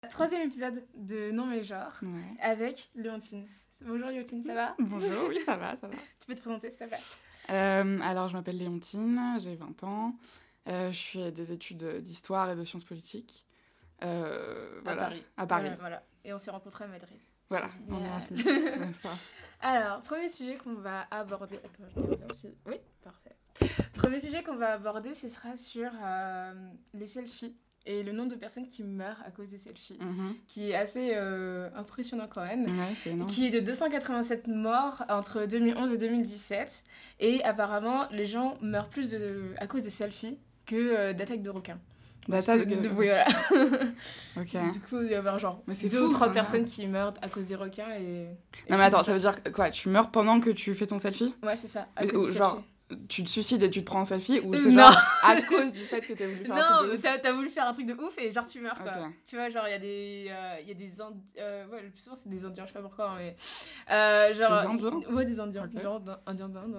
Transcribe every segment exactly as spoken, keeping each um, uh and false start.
Troisième épisode de Non mais genre, ouais. avec Léontine. Bonjour Léontine, ça va? Bonjour, oui ça va, ça va. Tu peux te présenter s'il te plaît? euh, Alors je m'appelle Léontine, j'ai vingt ans, euh, je fais des études d'histoire et de sciences politiques. Euh, voilà, à Paris. À Paris. Voilà, voilà. Et on s'est rencontrés à Madrid. Voilà, Génial. on est Erasmus. Alors, premier sujet qu'on va aborder... Attends, je vais regarder si... Oui, parfait. Premier sujet qu'on va aborder, ce sera sur euh, les selfies. Et le nombre de personnes qui meurent à cause des selfies, mm-hmm. qui est assez euh, impressionnant quand même. Ouais, c'est énorme. Qui est de deux cent quatre-vingt-sept morts entre deux mille onze et deux mille dix-sept. Et apparemment, les gens meurent plus de, à cause des selfies que euh, d'attaques de requins. D'attaques de... de... Oui, voilà. Ok. Du coup, il y avait genre mais c'est deux fou, ou trois hein. personnes qui meurent à cause des requins et... et non mais attends, ça veut dire quoi? Tu meurs pendant que tu fais ton selfie? Ouais, c'est ça. À mais, cause des genre... selfies. Tu te suicides et tu te prends en selfie ou c'est non. genre à cause du fait que t'as voulu faire non, un truc de ouf? t'as, t'as voulu faire un truc de ouf et genre tu meurs quoi. Okay. Tu vois, genre il y a des. Euh, y a des Indiens. Euh, ouais, le plus souvent c'est des Indiens, je sais pas pourquoi, mais. Euh, genre, des Indiens? y... Ouais, des Indiens. Okay. Genre Indiens d'Inde.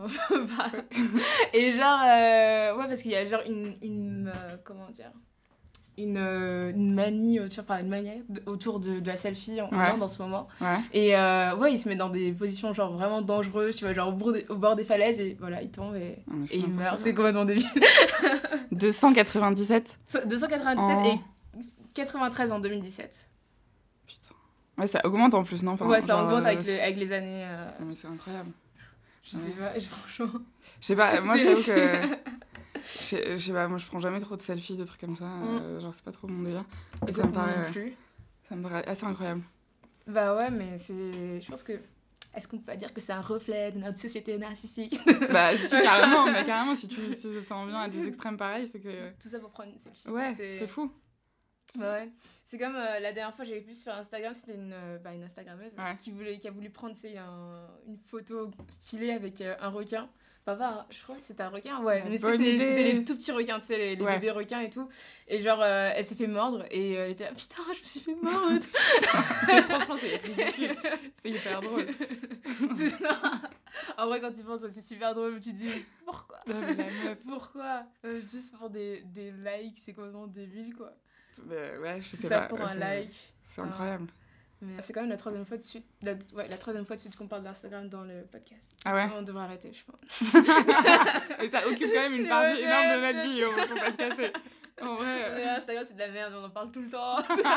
Et genre. Euh, ouais, parce qu'il y a genre une. une euh, comment dire? Une, euh, une manie, enfin une manière autour de, de la selfie en ouais. Inde en ce moment. Ouais. Et euh, ouais, il se met dans des positions genre vraiment dangereuses, tu vois, genre au bord des, au bord des falaises et voilà, il tombe et, ah, et il meurt. C'est complètement débile. deux cent quatre-vingt-dix-sept deux cent quatre-vingt-dix-sept en... et quatre-vingt-treize en deux mille dix-sept. Putain. Ouais, ça augmente en plus, non? Enfin, ouais, ça genre, augmente euh, avec, les, avec les années. Euh... Non, mais c'est incroyable. Je ouais. sais pas, franchement. Je sais pas, moi je t'avoue que. Je sais pas, moi je prends jamais trop de selfies, des trucs comme ça. Mm. Euh, genre, c'est pas trop mon délire. Et ça me paraît. Non plus. Ouais, ça me paraît assez incroyable. Bah ouais, mais c'est. Je pense que. Est-ce qu'on peut pas dire que c'est un reflet de notre société narcissique? Bah, si, carrément, mais carrément, si, tu, si ça en vient à des extrêmes pareils, c'est que. Tout ça pour prendre une selfie. Ouais, c'est, c'est fou. Bah ouais. C'est comme euh, la dernière fois, j'avais vu sur Instagram, c'était une, euh, bah, une Instagrammeuse ouais. qui, voulait, qui a voulu prendre un, une photo stylée avec euh, un requin. Enfin, je crois que c'était un requin, ouais. Mais c'est, c'est, c'était les tout petits requins, tu sais, les, les ouais. bébés requins et tout. Et genre, euh, elle s'est fait mordre et euh, elle était là, putain, je me suis fait mordre. Franchement, c'est ridicule. C'est hyper drôle. c'est, en vrai, quand tu penses, c'est super drôle, tu te dis, pourquoi non, mais la meuf. Pourquoi euh, juste pour des, des likes, c'est complètement débile, quoi. Mais ouais, je sais Tout pas. ça pour ouais, un c'est... like. C'est incroyable. Mais c'est quand même la troisième fois de suite, la, ouais, la troisième fois de suite qu'on parle d'Instagram dans le podcast. Ah ouais? On devrait arrêter, je pense. Mais ça occupe quand même une partie ouais, énorme de notre vie, on faut pas se cacher. En vrai. Mais Instagram, c'est de la merde, on en parle tout le temps.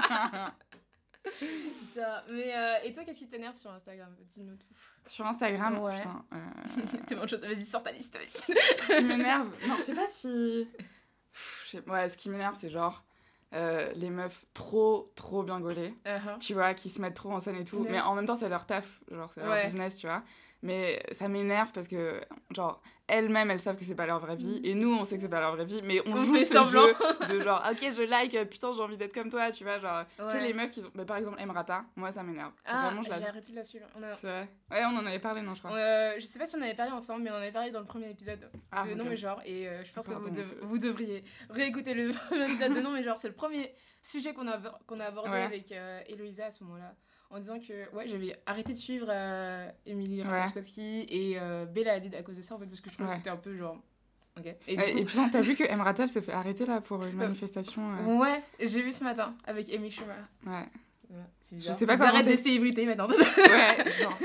Putain. Mais euh, et toi, qu'est-ce qui t'énerve sur Instagram? Dis-nous tout. Sur Instagram, ouais. putain. Euh... Tellement de choses. Vas-y, sors ta liste. Ce qui m'énerve, non, je sais pas si. Pff, sais... Ouais, ce qui m'énerve, c'est genre. Euh, les meufs trop trop bien gaulées, uh-huh. tu vois, qui se mettent trop en scène et tout, mm-hmm. mais en même temps c'est leur taf, genre c'est leur ouais. business, tu vois, mais ça m'énerve parce que genre elles-mêmes elles savent que c'est pas leur vraie vie, et nous on sait que c'est pas leur vraie vie, mais on, on joue ce semblant. Jeu de genre ok je like, putain j'ai envie d'être comme toi, tu vois, genre ouais. Tu sais les meufs qui ont, bah, par exemple Emrata, moi ça m'énerve. Ah, vraiment, je j'ai la... arrêté de la suivre. On a... C'est vrai. Ouais, on en avait parlé, non, je crois. Euh, je sais pas si on en avait parlé ensemble, mais on en avait parlé dans le premier épisode ah, de okay. Non mais genre, et euh, je pense Pardon, que vous, dev- vous devriez réécouter le premier épisode de Non mais genre, c'est le premier sujet qu'on a, qu'on a abordé ouais. avec euh, Héloïsa à ce moment-là, en disant que ouais, j'avais arrêté de suivre euh, Émilie Ratajkowski ouais. et euh, Bella Hadid à cause de ça, en fait, parce que je trouvais ouais. que c'était un peu genre... Okay. Et, ouais, coup... et puis t'as vu que Emrata elle s'est fait arrêter là pour une manifestation euh... Ouais, j'ai vu ce matin avec Amy Schumer. Ouais. ouais c'est je sais pas comment arrête c'est... des célébrités maintenant. Ouais, genre.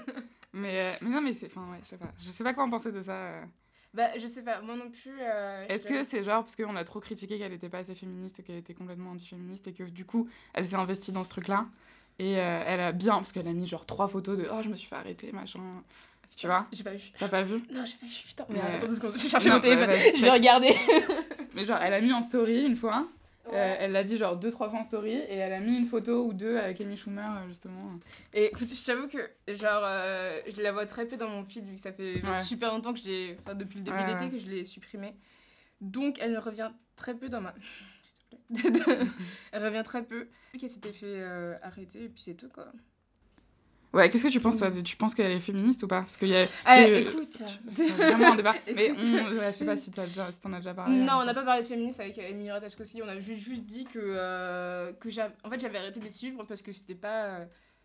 Mais, euh, mais non, mais c'est... Enfin, ouais, je sais pas. Je sais pas quoi en penser de ça. Euh... Bah, je sais pas. Moi non plus... Euh, Est-ce que c'est genre parce qu'on a trop critiqué qu'elle était pas assez féministe, qu'elle était complètement anti-féministe et que du coup, elle s'est investie dans ce truc-là et euh, elle a bien... Parce qu'elle a mis genre trois photos de « Oh, je me suis fait arrêter, machin... » Tu vois? J'ai pas vu. T'as pas vu? Non, j'ai pas vu, putain. Mais ouais. attends deux secondes, je vais chercher mon téléphone, bah, je vais regarder. Mais genre, elle a mis en story une fois, ouais. euh, elle l'a dit genre deux, trois fois en story, et elle a mis une photo ou deux avec Amy Schumer, justement. Et écoute, je t'avoue que, genre, euh, je la vois très peu dans mon feed, vu que ça fait ouais. super longtemps que je l'ai, enfin, depuis le début ouais, de l'été, ouais. que je l'ai supprimée. Donc, elle revient très peu dans ma... S'il te plaît. Elle revient très peu. Qu'elle s'était fait euh, arrêter, et puis c'est tout, quoi. Ouais, qu'est-ce que tu penses, toi? Tu penses qu'elle est féministe ou pas? Parce qu'il y a... Ah, écoute... C'est vraiment un débat. Mais on... ouais, je sais pas si, t'as déjà... si t'en as déjà parlé. Non, hein. on n'a pas parlé de féministe avec Émilie Ratajkowski. On a juste, juste dit que... Euh, que j'avais... En fait, j'avais arrêté de les suivre parce que c'était pas...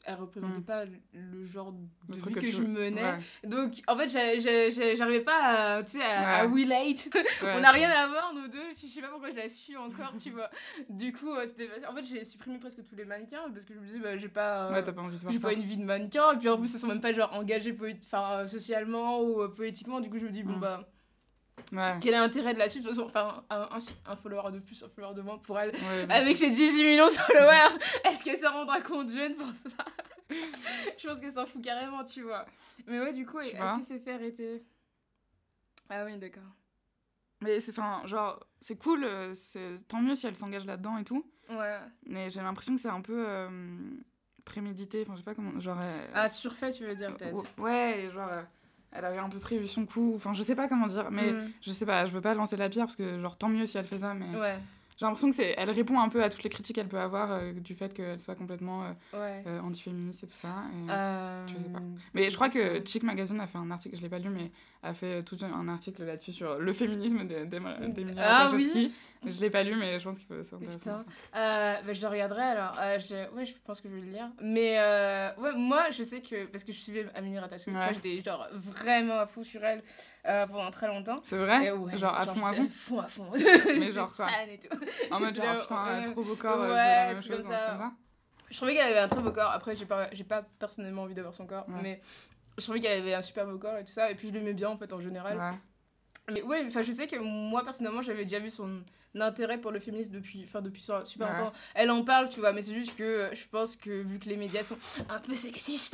elle représentait mmh. pas le genre de vie que, que je menais. Ouais. Donc, en fait, j'ai, j'ai, j'ai, j'arrivais pas à, tu sais, à, ouais. à relate. Ouais, on n'a rien à voir, nous deux, et puis je sais pas pourquoi je la suis encore, tu vois. Du coup, euh, c'était... En fait, j'ai supprimé presque tous les mannequins, parce que je me disais, bah, j'ai pas... Euh, ouais, t'as pas envie de voir j'ai ça. pas une vie de mannequin, et puis en plus, ils sont même pas, genre, engagés poé- euh, socialement ou euh, poétiquement, du coup, je me dis, bon, mmh. bah... Ouais. Quel est l'intérêt de la suite? De toute façon, enfin, un, un, un follower de plus, un follower de moins pour elle. Ouais, avec ses dix-huit millions de followers, est-ce qu'elle s'en rendra compte? Je ne pense pas. Je pense qu'elle s'en fout carrément, tu vois. Mais ouais, du coup, tu est-ce vois qu'il s'est fait arrêter? Ah oui, d'accord. Mais c'est, enfin, genre, c'est cool, c'est tant mieux si elle s'engage là-dedans et tout. Ouais. Mais j'ai l'impression que c'est un peu euh, prémédité, enfin, je sais pas comment, genre... Euh, ah, surfait, tu veux dire, peut-être. Ouais, genre... Euh, elle avait un peu prévu son coup, enfin je sais pas comment dire, mais mmh. je sais pas, je veux pas lancer la pierre parce que genre tant mieux si elle fait ça, mais ouais. j'ai l'impression que c'est, elle répond un peu à toutes les critiques qu'elle peut avoir euh, du fait qu'elle soit complètement euh, ouais. euh, anti-féministe et tout ça, et euh... je sais pas. Mais je crois que Chic Magazine a fait un article, je l'ai pas lu, mais a fait tout un article là-dessus sur le féminisme d'Emilie Ratajkowski. Oui. Je l'ai pas lu, mais je pense qu'il faut... C'est intéressant. Euh, bah, je le regarderai alors. Euh, je... Ouais, je pense que je vais le lire. Mais euh, ouais, moi, je sais que... Parce que je suivais Emilie Ratajkowski, ouais. j'étais genre vraiment à fond sur elle euh, pendant très longtemps. C'est vrai? Et ouais, genre à genre, fond à fond? fond à fond. Mais genre quoi? Fan et tout. En mode genre, oh, putain, ouais. trop beau corps, ouais, je veux la même chose, comme ça. comme ça. Je trouvais qu'elle avait un très beau corps. Après, j'ai pas, j'ai pas personnellement envie d'avoir son corps, ouais. mais je trouvais qu'elle avait un super beau corps et tout ça. Et puis je l'aimais bien en fait en général. Ouais. Mais ouais, enfin je sais que moi personnellement j'avais déjà vu son intérêt pour le féminisme depuis, enfin depuis super ouais. longtemps. Elle en parle, tu vois, mais c'est juste que je pense que vu que les médias sont un peu sexistes,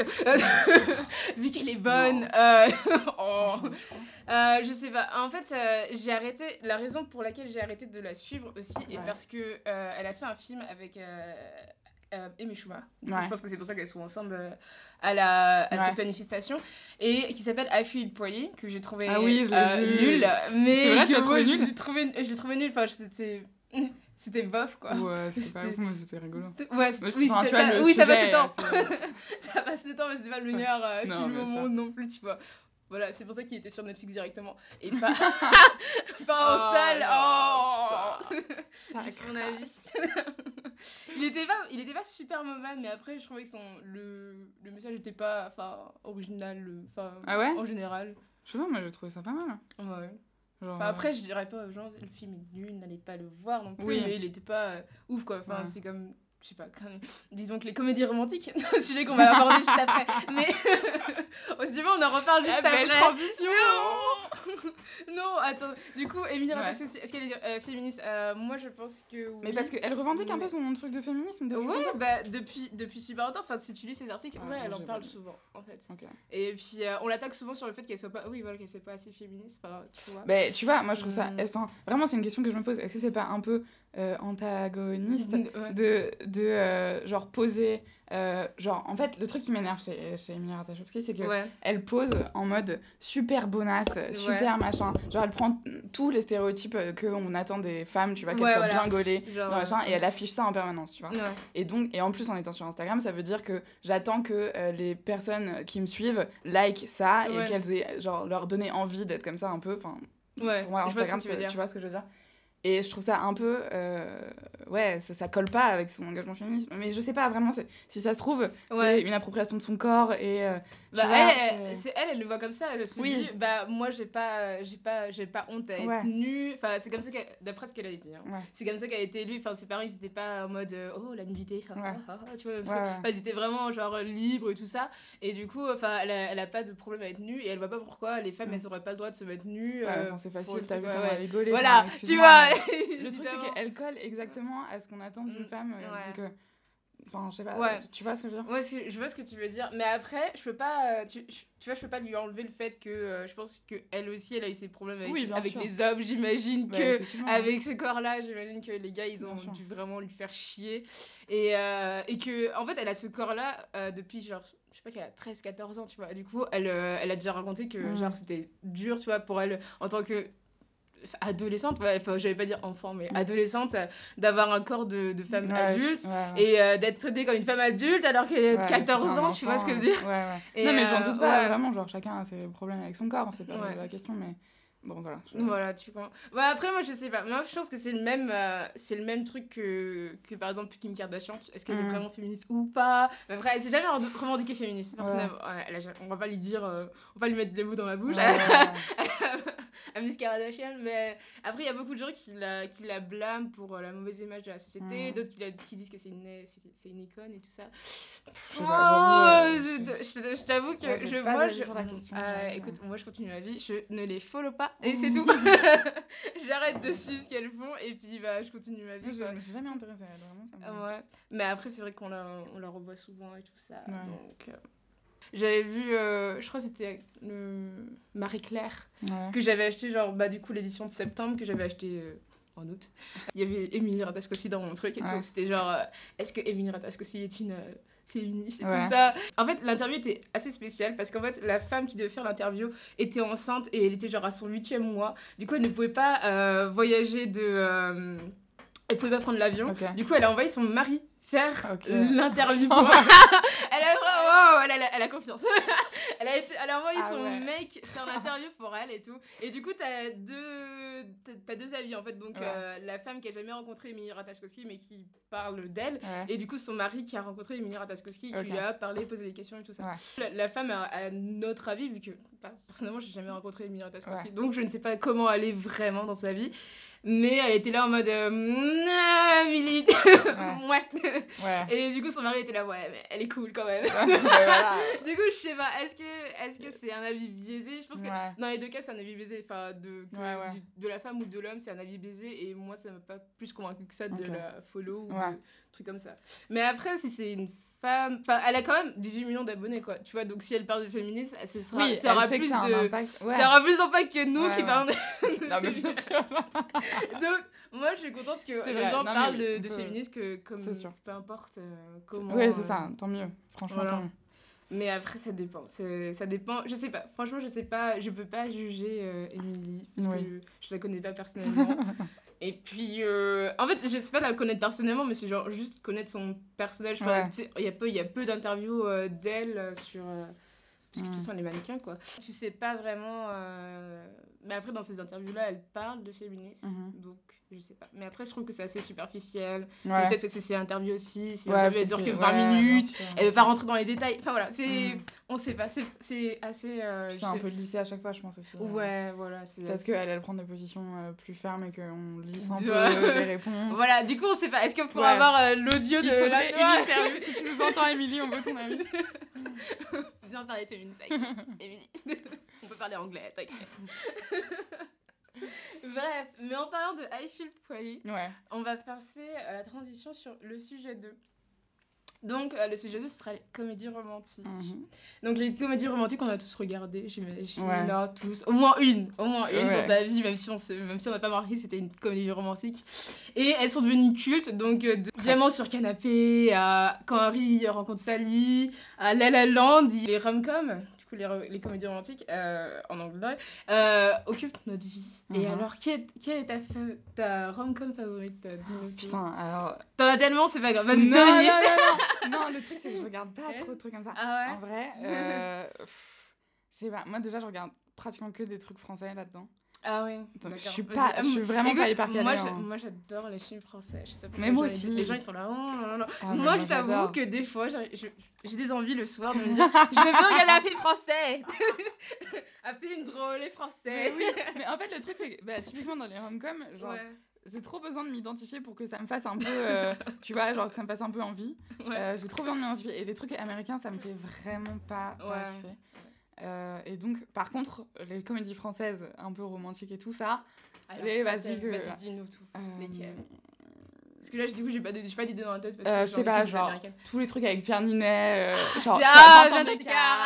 vu qu'elle est bonne, non. euh, oh, euh, je sais pas. En fait, euh, j'ai arrêté. La raison pour laquelle j'ai arrêté de la suivre aussi ouais. est parce que euh, elle a fait un film avec. Euh, Euh, Amy Schumer. Ouais. Je pense que c'est pour ça qu'elles sont ensemble euh, à, la, à ouais. cette manifestation. Et qui s'appelle I Feel Pretty, que j'ai trouvé ah oui, je euh, nul. Mais c'est vrai, tu l'as trouvé nul? Je l'ai trouvé, je l'ai trouvé nul. Enfin, c'était, c'était bof, quoi. Ouais, c'est pas ouf, mais c'était rigolo. Ouais, c'était, oui, c'était, ça, oui ça passe le temps. Ça passe le temps, mais c'était pas le meilleur euh, non, film au monde non plus, tu vois. Voilà, c'est pour ça qu'il était sur Netflix directement. Et pas, pas en oh, salle. Oh, ça c'est mon avis. il, était pas, il était pas super mauvais, mais après, je trouvais que son, le, le message était pas original ah ouais en général. Je sais pas, moi j'ai trouvé ça pas mal. Ouais. Genre, après, je dirais pas aux gens, le film est nul, n'allez pas le voir non plus, oui. mais il était pas euh, ouf, quoi. Enfin, ouais. c'est comme... Je sais pas, comme, disons que les comédies romantiques, sujet qu'on va aborder juste après. Mais si tu veux, on en reparle juste La après. Belle transition. Non, non, attends. Du coup, Emilie Ratajkowski, ouais. est-ce qu'elle est euh, féministe euh, Moi, je pense que oui. Mais parce qu'elle revendique mais... un peu son truc de féminisme depuis ouais, bah depuis depuis super longtemps. Enfin, si tu lis ses articles, ouais, ouais elle en parle pas... souvent, en fait. Okay. Et puis, euh, on l'attaque souvent sur le fait qu'elle soit pas, oui, voilà, qu'elle soit pas assez féministe. Enfin, tu vois. Bah, tu vois, moi, je trouve ça, enfin, vraiment, c'est une question que je me pose. Est-ce que c'est pas un peu Euh, antagoniste ouais. de, de euh, genre poser euh, genre en fait le truc qui m'énerve chez, chez Emilie Ratajkowski c'est que ouais. elle pose en mode super bonasse ouais. super machin, genre elle prend tous les stéréotypes qu'on attend des femmes, tu vois, qu'elles ouais, soient voilà. bien gaulées genre, machin, et elle affiche ça en permanence, tu vois ouais. et donc et en plus en étant sur Instagram ça veut dire que j'attends que euh, les personnes qui me suivent like ça ouais. et qu'elles aient genre leur donner envie d'être comme ça un peu, enfin ouais. pour moi Instagram tu, tu vois ce que je veux dire. Et je trouve ça un peu... Euh, ouais, ça, ça colle pas avec son engagement féministe. Mais je sais pas, vraiment, c'est, si ça se trouve, ouais. c'est une appropriation de son corps et... Euh, bah vois, elle, c'est... C'est elle, elle le voit comme ça. Elle se oui. dit, bah, moi, j'ai pas, j'ai pas, j'ai pas honte à être ouais. nue. Enfin, c'est comme ça qu'elle... D'après ce qu'elle a dit. Hein. Ouais. C'est comme ça qu'elle a été élue. Enfin, ses parents, ils étaient pas en mode, oh, la nudité. Ouais. Ah, ah, tu vois, ouais, ouais. Enfin, ils étaient vraiment, genre, libres et tout ça. Et du coup, enfin, elle a, elle a pas de problème à être nue. Et elle voit pas pourquoi les femmes, ouais. elles auraient pas le droit de se mettre nues. Ouais, euh, c'est facile, t'as vu comment elle est gaulée. Voilà, tu vois. Le truc, c'est qu'elle colle exactement à ce qu'on attend d'une mmh, femme. Ouais. Donc, euh, enfin, je sais pas. Ouais. Tu vois ce que je veux dire ? Ouais, je vois ce que tu veux dire. Mais après, je peux pas. Tu, tu vois, je peux pas lui enlever le fait que euh, je pense qu'elle aussi, elle a eu ses problèmes avec, oui, avec les hommes. J'imagine bah, que avec ce corps-là, j'imagine que les gars, ils ont dû vraiment lui faire chier. Et, euh, et que, en fait, elle a ce corps-là euh, depuis genre. Je sais pas, qu'elle a treize quatorze ans, tu vois. Du coup, elle, euh, elle a déjà raconté que mmh. genre c'était dur, tu vois, pour elle en tant que. Adolescente, ouais, enfin j'allais pas dire enfant mais adolescente, euh, d'avoir un corps de, de femme ouais, adulte ouais, ouais. et euh, d'être traitée comme une femme adulte alors qu'elle a ouais, quatorze ans, enfant, tu vois ce que je veux dire ouais, ouais. Et non mais j'en doute pas, euh, vraiment, genre chacun a ses problèmes avec son corps, c'est pas ouais. la question, mais Bon, voilà. Je... Voilà, tu comprends. Bon, après, moi, je sais pas. Moi, je pense que c'est le même, euh, c'est le même truc que, que, par exemple, Kim Kardashian. Est-ce qu'elle mmh. est vraiment féministe ou pas? Mais après, elle s'est jamais revendiquée féministe. Personnellement, ouais. elle a, on va pas lui dire... Euh, on va pas lui mettre des mots dans la bouche. Ouais. à Miss Kardashian. Mais après, il y a beaucoup de gens qui la, qui la blâment pour la mauvaise image de la société. Mmh. D'autres qui, la, qui disent que c'est une, c'est, c'est une icône et tout ça. Je, oh, pas, je, je, je t'avoue que... Ouais, je, moi, je, sur la question, euh, écoute, moi, je continue ma vie. Je ne les follow pas. Et c'est tout. J'arrête de suivre ce qu'elles font et puis bah, je continue ma vie. Je me suis jamais intéressée à elle, vraiment. Ça me... Ouais. Mais après, c'est vrai qu'on la, on la revoit souvent et tout ça. Ouais. Donc, euh... j'avais vu, euh, je crois que c'était le Marie-Claire, ouais. que j'avais acheté, genre, bah, du coup, l'édition de septembre que j'avais acheté euh, en août. Il y avait Émilie Ratajkowski dans mon truc et ouais. tout. C'était genre, euh, est-ce que Émilie Ratajkowski est une. Euh, féministe et ouais. tout ça. En fait, l'interview était assez spéciale parce qu'en fait, la femme qui devait faire l'interview était enceinte et elle était genre à son huitième mois. Du coup, elle ne pouvait pas euh, voyager de... Euh... Elle pouvait pas prendre l'avion. Okay. Du coup, elle a envoyé son mari faire okay. l'interview pour elle a vraiment... Elle a, elle a confiance. elle, a été... elle a envoyé ah, son ouais. mec faire l'interview pour elle et tout. Et du coup, t'as deux, t'as deux avis, en fait. Donc, ouais. euh, la femme qui a jamais rencontré Émilie Ratajkowski, mais qui parle d'elle. Ouais. Et du coup, son mari qui a rencontré Émilie Ratajkowski, qui okay. lui a parlé, posé des questions et tout ça. Ouais. La, la femme a, a notre avis, vu que, bah, personnellement, j'ai jamais rencontré Émilie Ratajkowski. Ouais. Donc, je ne sais pas comment elle est vraiment dans sa vie. Mais elle était là en mode euh, Émilie ouais. ouais. ouais. Et du coup son mari était là ouais mais elle est cool quand même. Ouais, voilà. Du coup je sais pas est-ce que est-ce que c'est un avis biaisé? Je pense que ouais. dans les deux cas c'est un avis biaisé enfin de que, ouais, ouais. Du, de la femme ou de l'homme c'est un avis biaisé et moi ça m'a pas plus convaincu que ça de okay. la follow ou ouais. de trucs comme ça. Mais après si c'est une femme, enfin elle a quand même dix-huit millions d'abonnés quoi, tu vois, donc si elle parle de féminisme, ce sera, oui, ça aura plus de, ouais. ça aura plus d'impact que nous ouais, qui ouais. parlons de, non, mais bien sûr. Donc moi je suis contente que c'est les vrai. gens non, parlent de, de peut... féminisme que comme peu importe euh, comment. Oui c'est euh... ça, tant mieux, franchement voilà. tant mieux. Mais après ça dépend, c'est, ça dépend, je sais pas, franchement je sais pas, je peux pas juger euh, Émilie parce oui. que je la connais pas personnellement. Et puis, euh, en fait, je sais pas la connaître personnellement, mais c'est genre juste connaître son personnage. Enfin, ouais. tu sais, il y a peu, il y a peu d'interviews euh, d'elle euh, sur... Euh, parce que mm. tout ça, on est mannequins, quoi. Tu sais pas vraiment... Euh... Mais après, dans ces interviews-là, elle parle de féminisme, mm-hmm. donc je sais pas. Mais après, je trouve que c'est assez superficiel. Ouais. Peut-être que c'est, c'est l'interview aussi, si ouais, l'interview, elle dure que vingt ouais, minutes, elle veut pas rentrer dans les détails. Enfin, voilà, c'est... Mm. On sait pas, c'est, c'est assez... Euh, c'est un peu lissé à chaque fois, je pense aussi. Ouais, voilà. C'est Parce assez... qu'elle, elle prend des positions euh, plus fermes et qu'on lisse un peu euh, les réponses. Voilà, du coup, on sait pas. Est-ce qu'on pourra ouais. avoir euh, l'audio de... Il faudrait une interview. Si tu nous entends, Émilie, on veut ton avis. Viens parler de féminisme, Émilie. On peut parler anglais, t'inquiète. Bref, mais en parlant de I Feel Pretty, ouais. on va passer à la transition sur le sujet deux. Donc, euh, le sujet deux, ce sera les comédies romantiques. Mm-hmm. Donc, les comédies romantiques, on a tous regardé, j'imagine. Ouais. Là, tous. Au moins une. Au moins une ouais. dans sa vie, même si on se, même si on n'a pas marqué, c'était une comédie romantique. Et elles sont devenues cultes. Donc, euh, de Diamant sur canapé, à Quand Harry rencontre Sally, à La La Land, les rom-coms. Du coup, les, les comédies romantiques, euh, en anglais, euh, occupent notre vie. Mm-hmm. Et alors, quelle est, quelle est ta, fa- ta rom-com favorite? Dis-nous. Putain, alors... T'en as tellement, c'est pas grave. Vas-y, non, donne une liste. Non, non, non, le truc, c'est que je regarde pas trop de trucs comme ça. Ah ouais? En vrai, euh, je sais pas. Moi, déjà, je regarde pratiquement que des trucs français là-dedans. Ah oui, donc je suis pas je suis vraiment écoute, pas hyper calée. Moi, hein. moi j'adore les films français. Je sais pas mais moi aussi. Les gens ils sont là. Oh, non, non. Ah, moi, moi je t'avoue j'adore. que des fois j'ai, je, j'ai des envies le soir de me dire je veux regarder un film français. Un film drôle et français. Mais, oui. Mais en fait le truc c'est que bah, typiquement dans les rom-coms genre ouais. j'ai trop besoin de m'identifier pour que ça me fasse un peu euh, tu vois genre que ça me fasse un peu envie. Ouais. Euh, j'ai trop besoin de m'identifier et les trucs américains ça me fait vraiment pas, pas ouais. kiffer. Euh, et donc, par contre, les comédies françaises un peu romantiques et tout ça, alors, les, ça vas-y, que... vas-y, dis-nous tout. Euh... Lesquelles? Parce que là, du coup, j'ai pas, de, j'ai pas d'idée dans la tête. Parce que euh, je sais pas, genre, tous les trucs avec Pierre Ninet, euh, genre, ah, vingt ans d'écart.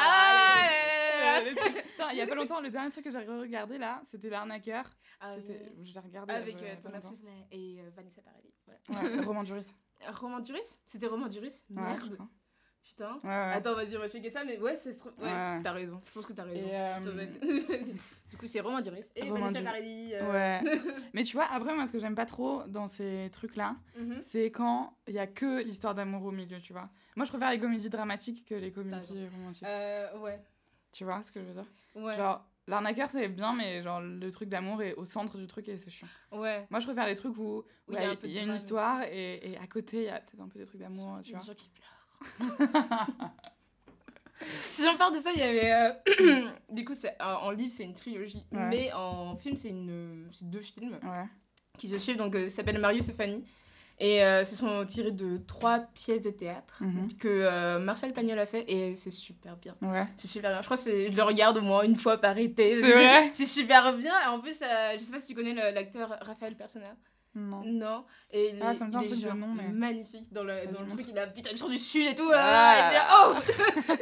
Il y a pas longtemps, le dernier truc que j'ai regardé là, c'était L'Arnaqueur. Ah, c'était, oui. Je l'ai regardé. Avec euh, Thomas Sisley et euh, Vanessa Paradis. Voilà. Ouais, Romain Duris. Romain Duris? C'était Romain Duris? Merde. Ouais, putain. Ouais, ouais. Attends, vas-y, on va checker ça, mais ouais, c'est ouais, ouais. t'as raison. Je pense que t'as raison. Et euh... Du coup, c'est Romain Duris et Romain Vanessa Paradis. Euh... Ouais. Mais tu vois, après, moi, ce que j'aime pas trop dans ces trucs-là, mm-hmm. c'est quand il y a que l'histoire d'amour au milieu, tu vois. Moi, je préfère les comédies dramatiques que les comédies romantiques. Euh, ouais. Tu vois ce que je veux dire? Ouais. Genre, l'arnaqueur c'est bien, mais genre le truc d'amour est au centre du truc et c'est chiant. Ouais. Moi je préfère les trucs où il ouais, y a, y a une histoire et, et à côté il y a peut-être un peu des trucs d'amour, tu vois. Des gens qui pleurent. Si j'en parle de ça, il y avait euh... du coup c'est, euh, en livre c'est une trilogie, ouais. mais en film c'est une c'est deux films ouais. qui se suivent, donc euh, ça s'appelle Marius et Fanny. Et euh, ce sont tirés de trois pièces de théâtre mm-hmm. que euh, Marcel Pagnol a fait et c'est super bien. Ouais. C'est super bien. Je crois que c'est, je le regarde au moins une fois par été. C'est, c'est vrai. C'est super bien. Et en plus, euh, je sais pas si tu connais le, l'acteur Raphaël Persona. Non. Non. Et ah, ça me il est genre nom, mais... magnifique dans le, Vas-y, dans le montre. truc. Il a un petit accent du sud et tout. Là, ah. Et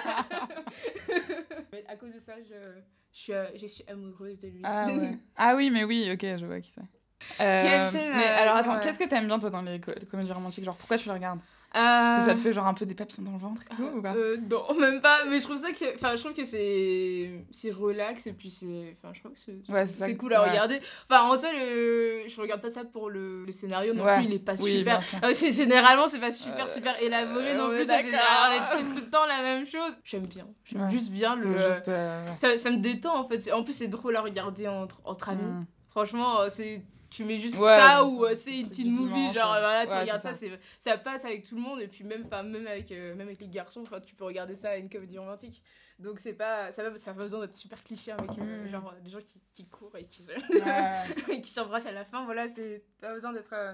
oh à cause de ça, je, je, suis, je suis amoureuse de lui. Ah, ouais. ah oui, mais oui, ok, je vois qui c'est. Euh, film, mais euh, alors attends, ouais. qu'est-ce que t'aimes bien toi dans les, co- les comédies romantiques? Genre pourquoi tu les regardes? euh... Parce que ça te fait genre un peu des papillons dans le ventre et tout ou pas? euh, Non, même pas, mais je trouve ça que. Enfin, je trouve que c'est. C'est relax et puis c'est. Enfin, je trouve que c'est, ouais, c'est, c'est ça, cool à ouais. regarder. Enfin, en soi, le... je regarde pas ça pour le, le scénario non ouais. plus, il est pas oui, super. Euh, généralement, c'est pas super, euh... super élaboré non plus. C'est, c'est, c'est tout le temps la même chose. J'aime bien. J'aime ouais. juste bien le. Juste, euh, ouais. ça, ça me détend en fait. En plus, c'est drôle à regarder entre, entre amis. Mm. Franchement, c'est. Tu mets juste ouais, ça ou euh, c'est une teen movie, dimanche, genre ouais. voilà, tu ouais, regardes ça, ça. C'est, ça passe avec tout le monde et puis même, même, avec, euh, même avec les garçons, tu peux regarder ça à une comédie romantique. Donc c'est pas, ça n'a pas, pas besoin d'être super cliché avec euh, mm. genre des gens qui, qui courent et qui, se... ouais. qui s'embrassent à la fin, voilà, c'est pas besoin d'être... Euh...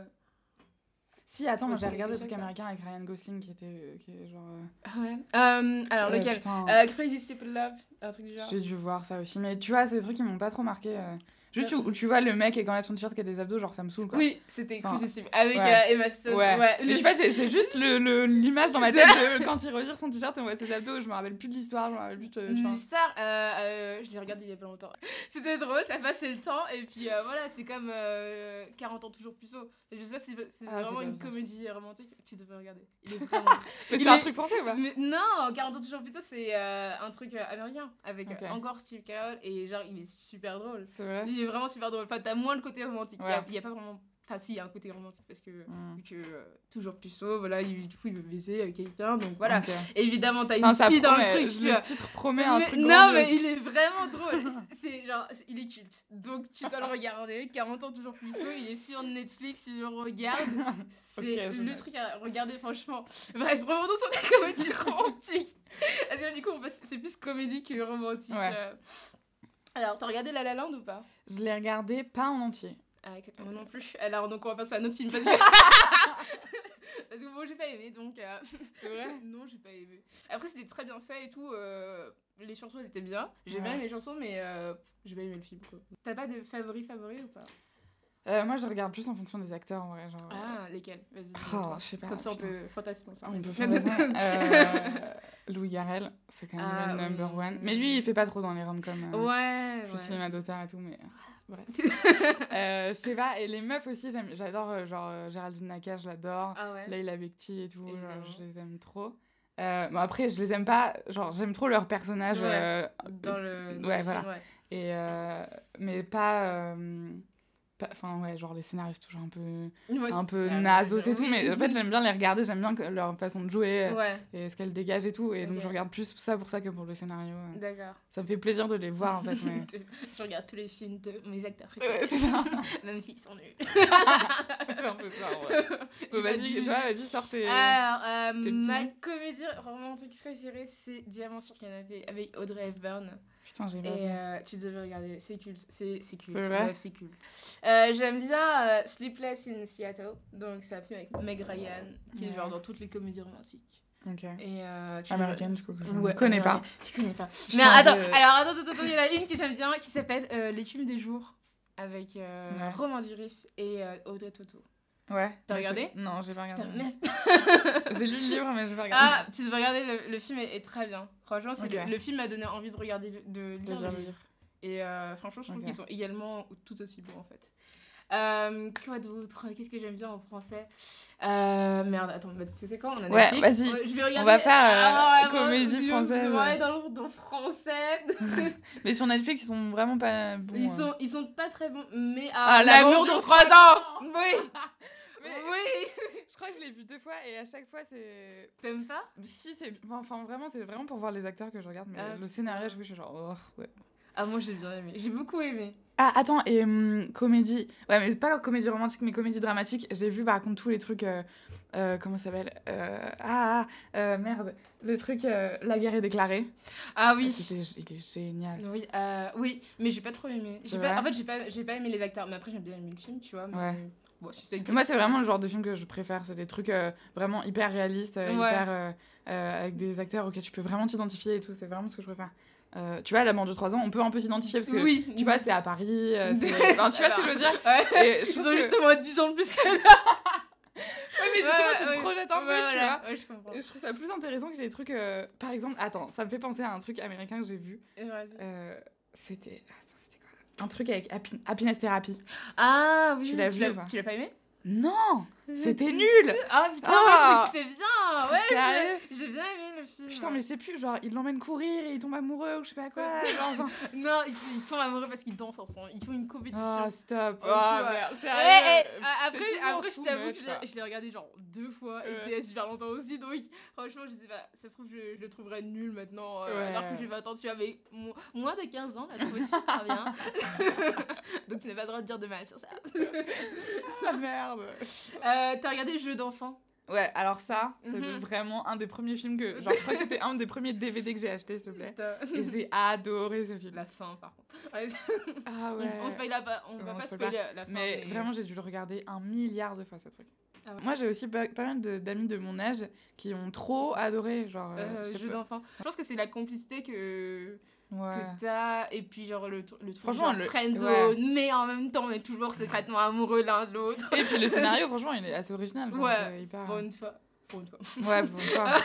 Si, attends, moi j'ai regardé des trucs américains avec Ryan Gosling qui était, euh, qui est genre... Euh... Ah ouais euh, Alors euh, lequel euh, Crazy Stupid Love, un truc du genre. J'ai dû voir ça aussi, mais tu vois, c'est des trucs qui m'ont pas trop marqué... Euh... Juste où tu vois le mec qui enlève son t-shirt qui a des abdos, genre ça me saoule quoi. Oui, c'était cool, enfin, c'est avec ouais. euh, Emma Stone. Ouais. ouais. Mais je sais pas, j'ai, j'ai juste le, le, l'image dans ma tête de quand il retire son t-shirt et on voit ses abdos, je me rappelle plus de l'histoire, je me rappelle plus de. L'histoire, euh, euh, je l'ai regardé il y a pas longtemps. C'était drôle, ça passait le temps et puis euh, voilà, c'est comme euh, quarante ans toujours plus haut. Je sais pas si c'est, c'est ah, vraiment une ça. Comédie romantique, tu devrais regarder. Il est vraiment. Mais c'est un est... truc français ou pas? Mais non, quarante ans toujours plus tôt, c'est euh, un truc euh, américain avec okay. euh, encore Steve Carell et genre il est super drôle. C'est vrai. Il est vraiment super drôle. Enfin, t'as moins le côté romantique. Il ouais. y, y a pas vraiment. Enfin, si, il y a un côté romantique parce que, mm. vu que euh, toujours plus haut, voilà, il, du coup, il veut baiser avec quelqu'un, donc voilà. Okay. Évidemment, t'as une enfin, fille dans le truc. Je, le titre promet un mais, truc non, grandiose. mais il est vraiment drôle. C'est genre, il est culte. Donc, tu dois le regarder. quarante ans toujours plus haut, il est sur Netflix, tu le regardes. C'est okay, le truc à regarder, franchement. Bref, revenons sur les comédies romantiques. Parce que là, du coup, c'est plus comédie que romantique. Ouais. Alors, t'as regardé La La Land ou pas? Je l'ai regardé pas en entier. Ah, moi non plus. Alors, donc, on va passer à un autre film parce que. Parce que moi, j'ai pas aimé, donc. Euh... C'est vrai? Non, j'ai pas aimé. Après, c'était très bien fait et tout. Euh... Les chansons, elles étaient bien. J'ai ouais. bien aimé les chansons, mais euh... j'ai pas aimé le film, quoi. T'as pas de favoris favoris ou pas? Euh, moi, je regarde plus en fonction des acteurs, en vrai. Genre, ah, lesquels? Vas-y. Oh, je sais pas. Comme ça, on peut fantasmer ça. On peut fantasmer. euh, Louis Garrel, c'est quand même ah, le number oui. one. Mais lui, il fait pas trop dans les rom-coms. Euh, ouais, plus ouais. cinéma d'auteur et tout, mais... Bref. euh, je sais pas, et les meufs aussi, j'aime, j'adore, euh, genre euh, Géraldine Nakache, je l'adore. Ah ouais. Leila Bekti et tout, genre, je les aime trop. Euh, bon, après, je les aime pas, genre, j'aime trop leur personnage. Ouais, euh, dans le. Dans ouais, le voilà. film, ouais. Et, euh, mais pas. Euh, Enfin, ouais, genre les scénaristes toujours un peu, ouais, un peu nazos et tout, mais en fait, j'aime bien les regarder, j'aime bien leur façon de jouer ouais. et ce qu'elles dégagent et tout, et okay. donc je regarde plus ça pour ça que pour le scénario. D'accord. Ça me fait plaisir de les voir en fait. Mais... je regarde tous les films de mes acteurs préférés. Ouais, c'est ça. Même s'ils sont nuls. C'est un peu ça, ouais. Bon, vas-y, toi, vas-y, sors tes. Alors, euh, tes ma comédie romantique préférée, c'est Diamant sur canapé avec Audrey Hepburn. Putain, j'ai Et euh, tu devais regarder, c'est culte, c'est, c'est culte. C'est vrai? Ouais, c'est culte. Euh, j'aime bien euh, Sleepless in Seattle, donc c'est un film avec Meg Ryan, qui ouais. est genre dans toutes les comédies romantiques. Ok. Et euh, tu américaine, du coup, que je ne ouais, connais pas. Tu connais pas. Mais attends, je... alors attends, attends, attends, il y en a une que j'aime bien qui s'appelle euh, L'écume des jours, avec euh, ouais. Romain Duris et euh, Audrey Tautou. Ouais. T'as regardé? C'est... Non, j'ai pas regardé. Putain, merde. J'ai lu le livre, mais j'ai pas regardé. Ah, tu devrais regarder, le, le film est, est très bien. Franchement, c'est okay. le, le film m'a donné envie de regarder, le, de lire le livre. livre. Et euh, franchement, je trouve okay. qu'ils sont également tout aussi beaux, en fait. Euh, quoi d'autre? Qu'est-ce que j'aime bien en français? euh, Merde, attends, bah, tu sais quoi? On a ouais, Netflix. Vas-y. Ouais, je vais regarder. On va faire euh, ah, ouais, comédie moi, française. Ouais, ouais. dans l'ordre français. Mais sur Netflix, ils sont vraiment pas bons. Ils, euh. sont, ils sont pas très bons, mais ah, ah, l'amour dans trois ans. Oui. Mais oui. Je crois que je l'ai vu deux fois et à chaque fois c'est. T'aimes pas? Si, c'est. Enfin, vraiment, c'est vraiment pour voir les acteurs que je regarde, mais ah, le scénario, je suis genre. Oh, ouais. Ah, moi, j'ai bien aimé. J'ai beaucoup aimé. Ah, attends, et hum, comédie... Ouais, mais pas comédie romantique, mais comédie dramatique. J'ai vu, par contre, tous les trucs... Euh, euh, comment ça s'appelle euh, Ah, ah euh, merde. Le truc euh, La guerre est déclarée. Ah oui. C'était, il est génial. Oui, euh, oui, mais j'ai pas trop aimé. J'ai pas, en fait, j'ai pas, j'ai pas aimé les acteurs. Mais après, j'aime bien aimer le film, tu vois. Mais... Ouais. Bon, si c'est... Moi, c'est vraiment le genre de film que je préfère. C'est des trucs euh, vraiment hyper réalistes, euh, ouais. hyper... Euh, euh, avec des acteurs auxquels tu peux vraiment t'identifier et tout. C'est vraiment ce que je préfère. Euh, tu vois, La mort de trois ans, on peut un peu s'identifier parce que, oui. tu vois, c'est à Paris. Euh, c'est... Enfin, tu vois ce que je veux dire ouais. et je Ils ont que... justement dix ans de plus que là. Ouais, mais justement, ouais, tu te ouais, projettes un ouais, peu, ouais, tu voilà. vois. Ouais, je comprends. Et je trouve ça plus intéressant que les trucs... Euh... Par exemple, attends, ça me fait penser à un truc américain que j'ai vu. Euh, c'était... Attends, c'était quoi ? Un truc avec Happy... Happiness Therapy. Ah oui, tu l'as tu vu l'as... ou pas ? Tu l'as pas aimé ? Non, c'était nul. Ah putain, ah, je crois que c'était bien. Ouais, j'ai... j'ai bien aimé le film. Putain, mais je sais plus, genre, il l'emmène courir et il tombe amoureux ou je sais pas quoi. Genre, enfin... non, ils, ils tombent amoureux parce qu'ils dansent ensemble. Ils font une compétition. Oh, stop. Oh, oh merde, sérieux. Ouais, et, après, après je t'avoue que je l'ai, je l'ai regardé genre deux fois et ouais. c'était super longtemps aussi. Donc, franchement, je sais pas, ça se trouve, je, je le trouverais nul maintenant. Euh, ouais. Alors que j'ai vingt ans, tu vois, mais moins de quinze ans, la trouve super bien. Donc, tu n'as pas le droit de dire de mal sur ça. Ah merde. Euh, t'as regardé Jeux d'enfants ? Ouais, alors ça, c'est mm-hmm. vraiment un des premiers films que... Genre, je crois que c'était un des premiers D V D que j'ai acheté, s'il te plaît. Et j'ai adoré ce film. La fin, par contre. Ah ouais. On, on spoil pas, on va non, pas spoiler pas. La fin. Mais, mais vraiment, j'ai dû le regarder un milliard de fois, ce truc. Ah ouais. Moi, j'ai aussi pas, pas mal de, d'amis de mon âge qui ont trop adoré, genre... Euh, Jeux d'enfants. Je pense que c'est la complicité que... Ouais. que t'as, et puis genre le, le truc franchement, genre le... friendzone, ouais. mais en même temps on est toujours secrètement amoureux l'un de l'autre. Et puis le scénario, franchement, il est assez original. Genre, ouais, c'est hyper... pour une fois. Pour une fois. Ouais, pour une fois.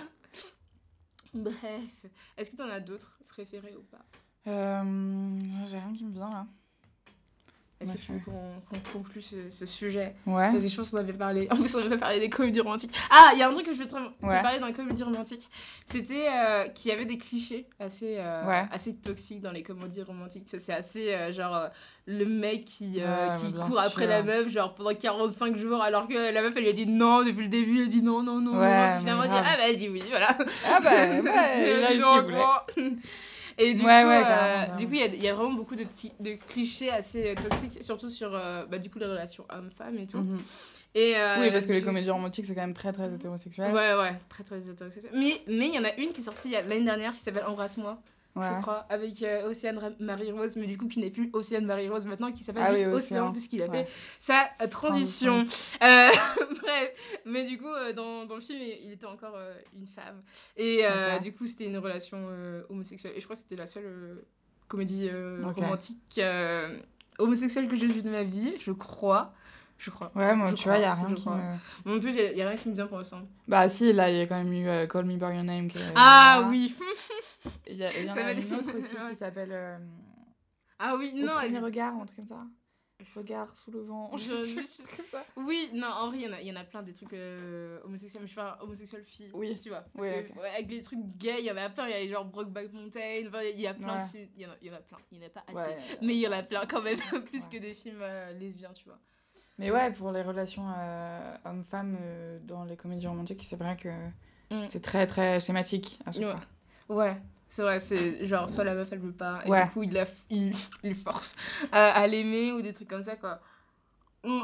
Bref, est-ce que t'en as d'autres préférés ou pas ? euh, J'ai rien qui me vient là. Est-ce que tu veux qu'on, qu'on conclue ce, ce sujet ? Ouais. Parce que je pense qu'on avait parlé... En plus, on avait parlé des comédies romantiques. Ah, il y a un truc que je veux te, te ouais. parler dans les comédies romantiques. C'était euh, qu'il y avait des clichés assez, euh, ouais. assez toxiques dans les comédies romantiques. C'est assez, euh, genre, euh, le mec qui, euh, ouais, qui court sûr. après la meuf, genre, pendant quarante-cinq jours, alors que la meuf, elle lui a dit non depuis le début. Elle a dit non, non, non. Ouais, non. Finalement, elle dit ah, bah, elle dit oui, voilà. Ah, bah, ouais, il a eu ce qu'il voulait. Et du ouais, coup, ouais, euh, du coup, il y, y a vraiment beaucoup de, t- de clichés assez euh, toxiques, surtout sur euh, bah, du coup, les relations hommes-femmes et tout. Mm-hmm. Et, euh, oui, parce que les comédies romantiques, c'est quand même très, très hétérosexuel. Ouais, ouais, très, très hétérosexuel. Mais il mais y en a une qui est sortie l'année dernière qui s'appelle Embrasse-moi, ouais. je crois, avec euh, Océane Marie-Rose, mais du coup, qui n'est plus Océane Marie-Rose maintenant, qui s'appelle ah, juste oui, Océan, puisqu'il a ouais. fait sa euh, transition. Euh, bref, mais du coup, euh, dans, dans le film, il était encore euh, une femme. Et euh, okay. du coup, c'était une relation euh, homosexuelle. Et je crois que c'était la seule euh, comédie euh, okay. romantique euh, homosexuelle que j'ai vue de ma vie, je crois. Je crois. Ouais, moi, je tu crois, vois, il n'y a rien qui crois. me... Moi non plus, il n'y a, a rien qui me vient pour l'instant. Bah si, là, il y a quand même eu uh, Call Me By Your Name. Qui est, ah euh, oui. Il y, y en a une autre aussi qui s'appelle... Euh, ah oui, Au non. premier elle... regard, ou un truc comme ça. Regard sous le vent. Je... comme ça. Oui, non, en vrai, il y en a, y en a plein des trucs euh, homosexuels. Mais je parle homosexuel fille, oui. tu vois. Parce oui, que okay. ouais, avec les trucs gays, il y en a plein. Il y a genre Brokeback Mountain, il y a plein ouais. de films. Il y, en a, y en a plein. Il n'y en a pas assez. Ouais, mais il y en a plein quand même, plus ouais. que des films euh, lesbiens, tu vois. Mais ouais, pour les relations euh, hommes-femmes euh, dans les comédies romantiques, c'est vrai que mm. c'est très très schématique à chaque ouais. fois. Ouais, c'est vrai, c'est genre soit la meuf elle veut pas, et ouais. du coup il la f- il, il force à, à l'aimer ou des trucs comme ça quoi. Mm.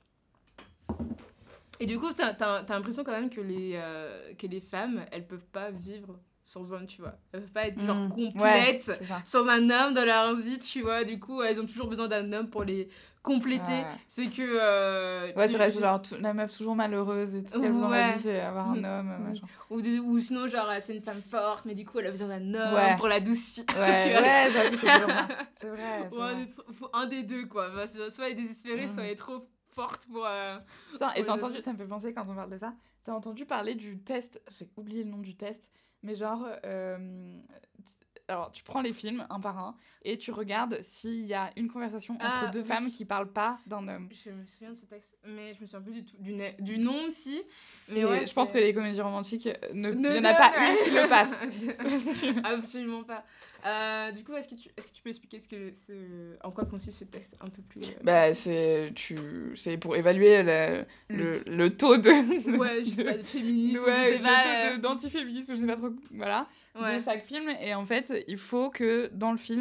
Et du coup, t'as, t'as, t'as l'impression quand même que les, euh, que les femmes, elles peuvent pas vivre sans homme, tu vois. Elles peuvent pas être genre mmh. complètes ouais, sans un homme dans leur vie, tu vois. Du coup, elles ont toujours besoin d'un homme pour les compléter. Ouais. C'est que... Euh, ouais, tu, c'est vrai, c'est genre tout, la meuf toujours malheureuse et tout ce qu'elle veut dans la vie, c'est avoir un homme. Mmh. Machin. Ou, de, ou sinon, genre, c'est une femme forte, mais du coup, elle a besoin d'un homme ouais. pour l'adoucir. Ouais, tu vois. ouais, j'avoue, c'est vrai. C'est vrai. C'est ouais, vrai. Faut un des deux, quoi. Soit elle est désespérée, mmh. soit elle est trop forte pour... Euh, Putain, pour et t'as entendu, ça me fait penser quand on parle de ça, t'as entendu parler du test, j'ai oublié le nom du test, mais genre, euh, alors tu prends les films un par un et tu regardes s'il y a une conversation ah, entre deux oui. femmes qui parlent pas d'un homme. Je me souviens de ce texte, mais je me souviens plus du tout du, na- du nom aussi. Mais et ouais, je c'est... pense que les comédies romantiques, ne, ne il y en a pas une qui le passe. Absolument pas. Euh, du coup, est-ce que tu, est-ce que tu peux expliquer ce que ce, en quoi consiste ce test un peu plus euh... Bah, c'est, tu, c'est pour évaluer le, le, le taux de... Ouais, je sais pas, de féminisme, ouais, je sais le pas, taux euh... de, d'antiféminisme, je sais pas trop, voilà, ouais. de chaque film. Et en fait, il faut que dans le film,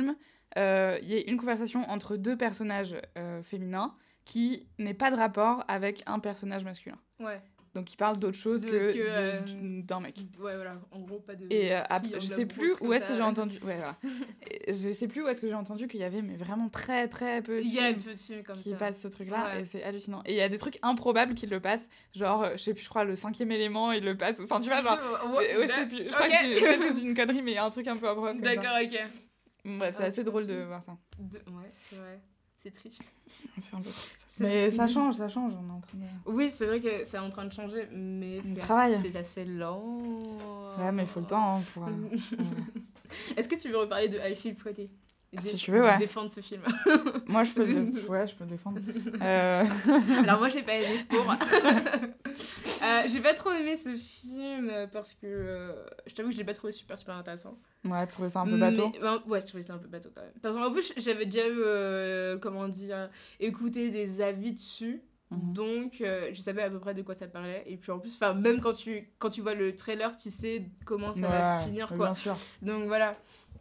il euh, y ait une conversation entre deux personnages euh, féminins qui n'ait pas de rapport avec un personnage masculin. Ouais. Donc, il parle d'autre chose de, que, que euh, d'un mec. Ouais, voilà. En gros, pas de... Et euh, après, je sais plus où est-ce que j'ai entendu... Ouais, voilà. Je sais plus où est-ce que j'ai entendu qu'il y avait mais vraiment très, très peu de films, il y a peu de films comme qui ça. passent ce truc-là. Ouais. Et c'est hallucinant. Et il y a des trucs improbables qui le passent. Genre, je sais plus, je crois, le cinquième élément, il le passe. Enfin, tu vois, genre... Ouais, ouais, je sais plus. Je okay. crois que je dis une connerie, mais il y a un truc un peu improbable. D'accord, ok. Bref, c'est ah, assez drôle de voir ça. De... Ouais, c'est vrai. C'est triste. C'est un peu triste. Mais ça change, ça change. On est en train de... Oui, c'est vrai que c'est en train de changer, mais c'est, assez, c'est assez lent. Ouais, mais il faut le temps hein, pour... Euh, Est-ce que tu veux reparler de I Feel Pretty ? Si tu veux, ouais. Défendre ce film. Moi, je peux... Dé... Ouais, je peux défendre. euh... Alors, moi, j'ai pas aimé pour... euh, j'ai pas trop aimé ce film parce que... Euh, je t'avoue que je l'ai pas trouvé super, super intéressant. Ouais, tu trouvais ça un peu bateau mais, ben, ouais, je trouvais ça un peu bateau quand même. Parce qu'en plus, j'avais déjà eu, euh, comment dire, écouté des avis dessus. Mm-hmm. Donc, euh, je savais à peu près de quoi ça parlait. Et puis, en plus, même quand tu, quand tu vois le trailer, tu sais comment ça ouais, va se finir, quoi. Bien sûr. Donc, voilà.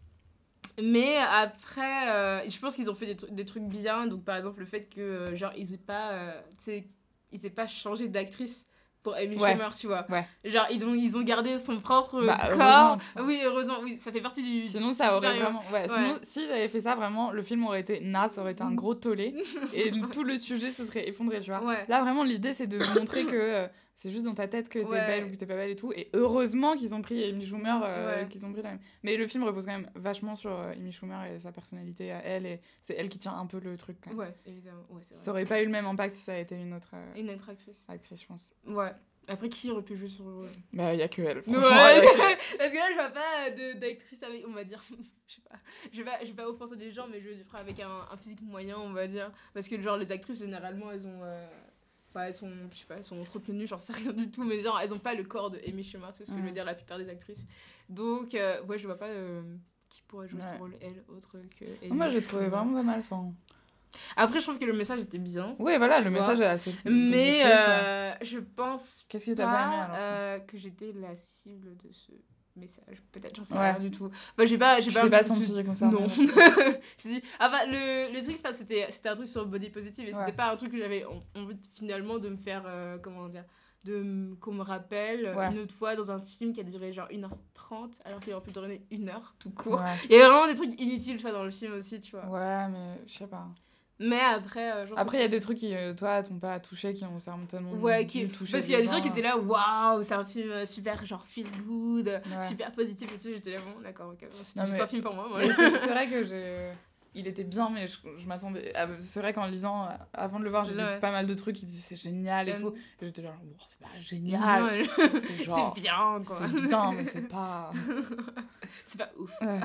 Mais après, euh, je pense qu'ils ont fait des, tr- des trucs bien. Donc, par exemple, le fait que, euh, genre, ils aient pas, euh, tu sais, ils aient pas changé d'actrice pour Amy ouais. Schumer, tu vois. Ouais. Genre, ils ont, ils ont gardé son propre bah, corps. Oui, heureusement, oui, ça fait partie du... Sinon, ça aurait vraiment... Ouais, ouais. Sinon, s'ils avaient fait ça, vraiment, le film aurait été naze, ça aurait été un gros tollé. Et tout le sujet se serait effondré, tu vois. Ouais. Là, vraiment, l'idée, c'est de montrer que euh, c'est juste dans ta tête que t'es ouais. belle ou que t'es pas belle et tout. Et heureusement qu'ils ont pris Amy Schumer, euh, ouais. qu'ils ont pris la même. Mais le film repose quand même vachement sur euh, Amy Schumer et sa personnalité à elle. Et c'est elle qui tient un peu le truc, quand même. Ouais, évidemment. Ouais, c'est vrai. Ça aurait pas eu le même impact si ça avait été une autre... Euh, une autre actrice. Actrice, je pense. Ouais. Après, qui aurait pu jouer sur le rôle ? Bah, il y a que elle. Ouais, que... parce que là, je vois pas de, d'actrice avec, on va dire, je sais pas, je vais pas, je vais pas offenser des gens, mais je vais avec un, un physique moyen, on va dire. Parce que, genre, les actrices, généralement, elles ont. Euh... Enfin, elles sont, je sais pas, elles sont entretenues, j'en sais rien du tout, mais genre, elles ont pas le corps de Amy Schumer, c'est ce que mmh. je veux dire, la plupart des actrices. Donc, euh, ouais, je vois pas euh, qui pourrait jouer ouais. ce rôle, elle, autre que. Amy Moi, je l'ai trouvé vraiment pas mal, enfin. Après, je trouve que le message était bien. Oui, voilà, le vois. message est assez mais euh, je pense Qu'est-ce que t'as pas aimé, alors, euh, que j'étais la cible de ce message. Peut-être, j'en sais ouais. rien du tout. Enfin, j'ai pas, j'ai je pas, t'ai pas senti concernée. Non. J'ai dit, ah bah, le, le truc, c'était, c'était un truc sur le body positive et ouais. c'était pas un truc que j'avais envie finalement de me faire, euh, comment dire, de, qu'on me rappelle ouais. une autre fois dans un film qui a duré genre une heure trente alors qu'il aurait pu durer une heure tout court. Ouais. Il y avait vraiment des trucs inutiles, tu vois, dans le film aussi, tu vois. Ouais, mais je sais pas. Mais après, euh, genre après il y a des trucs qui euh, toi t'ont pas touché, qui ont certainement ouais, qui touché parce qu'il y a des gens qui étaient là, waouh, c'est un film super genre feel good, ouais. super positif et tout. J'étais là, bon, d'accord, ok, c'est juste mais... un film pour moi. moi. c'est, c'est vrai que j'ai il était bien, mais je, je m'attendais à... c'est vrai qu'en lisant avant de le voir j'ai ouais. lu pas mal de trucs qui disaient c'est génial et um... tout et j'étais là genre bon, c'est pas génial, c'est, genre... c'est bien quoi, c'est bien mais c'est pas c'est pas ouf. Ouais.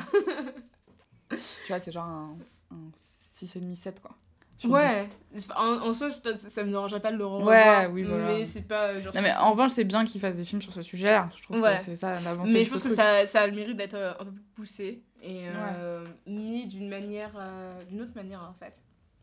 Tu vois, c'est genre un, un six virgule cinq sept quoi. Ouais, en, en soi, ça me dérangerait pas de le revoir. Ouais, oui, voilà. Mais c'est pas. Genre, non, mais en revanche, c'est bien qu'ils fassent des films sur ce sujet-là. Je trouve ouais. que c'est ça l'avancée. Mais je pense que ça, ça a le mérite d'être un peu plus poussé et euh, ouais. mis d'une manière. Euh, d'une autre manière, en fait.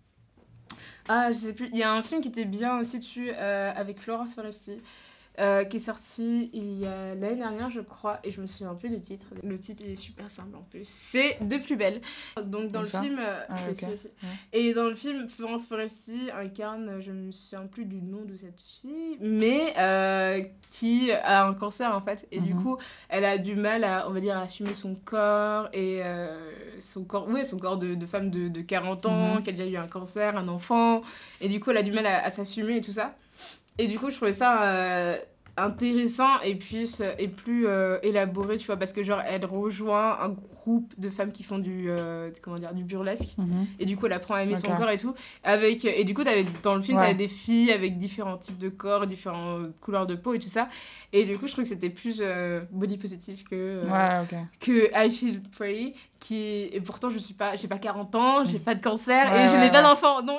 Ah, je sais plus. Il y a un film qui était bien aussi dessus euh, avec Florence Foresti. Euh, qui est sorti il y a l'année dernière, je crois, et je me souviens plus du titre. Le titre est super simple en plus. C'est De plus belle. Donc dans le ça film, euh, ah, c'est okay. aussi. Ouais. Et dans le film, Florence Foresti incarne, je me souviens plus du nom de cette fille, mais euh, qui a un cancer en fait, et mm-hmm. du coup, elle a du mal à, on va dire, à assumer son corps et euh, son corps, ouais, son corps de, de femme de, de quarante ans, mm-hmm. qui a déjà eu un cancer, un enfant, et du coup, elle a du mal à, à s'assumer et tout ça. Et du coup, je trouvais ça euh, intéressant et, puis, et plus euh, élaboré, tu vois, parce que genre, elle rejoint un groupe de femmes qui font du, euh, comment dire, du burlesque. Mm-hmm. Et du coup, elle apprend à aimer okay. son corps et tout. Avec, et du coup, t'avais, dans le film, ouais. t'avais des filles avec différents types de corps, différentes couleurs de peau et tout ça. Et du coup, je trouve que c'était plus euh, body positive que, euh, ouais, okay. que I Feel Pretty. Qui... Et pourtant, je suis pas, j'ai pas quarante ans, j'ai pas de cancer ouais, et je ouais, n'ai ouais. pas d'enfant. Donc,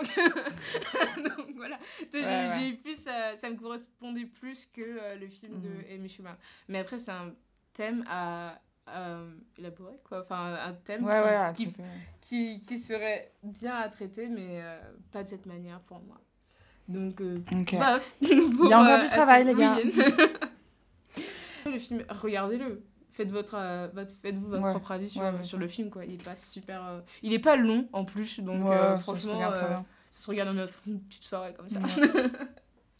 donc voilà. Ouais, j'ai, ouais. j'ai plus, euh, ça me correspondait plus que euh, le film mmh. de Amy Schumer. Mais après, c'est un thème à, à élaborer, quoi. Enfin, un thème ouais, qui, ouais, qui, qui, qui serait bien à traiter, mais euh, pas de cette manière pour moi. Donc, euh, okay. bof. Il y a encore euh, du travail, les gars. Le film, regardez-le. faites, votre, euh, votre, faites-vous votre ouais. propre avis sur, ouais, ouais, sur le film, quoi. Il est pas super... Euh... Il est pas long, en plus, donc ouais, euh, ça franchement, se euh, ça se regarde dans une petite soirée, comme ça. Ouais.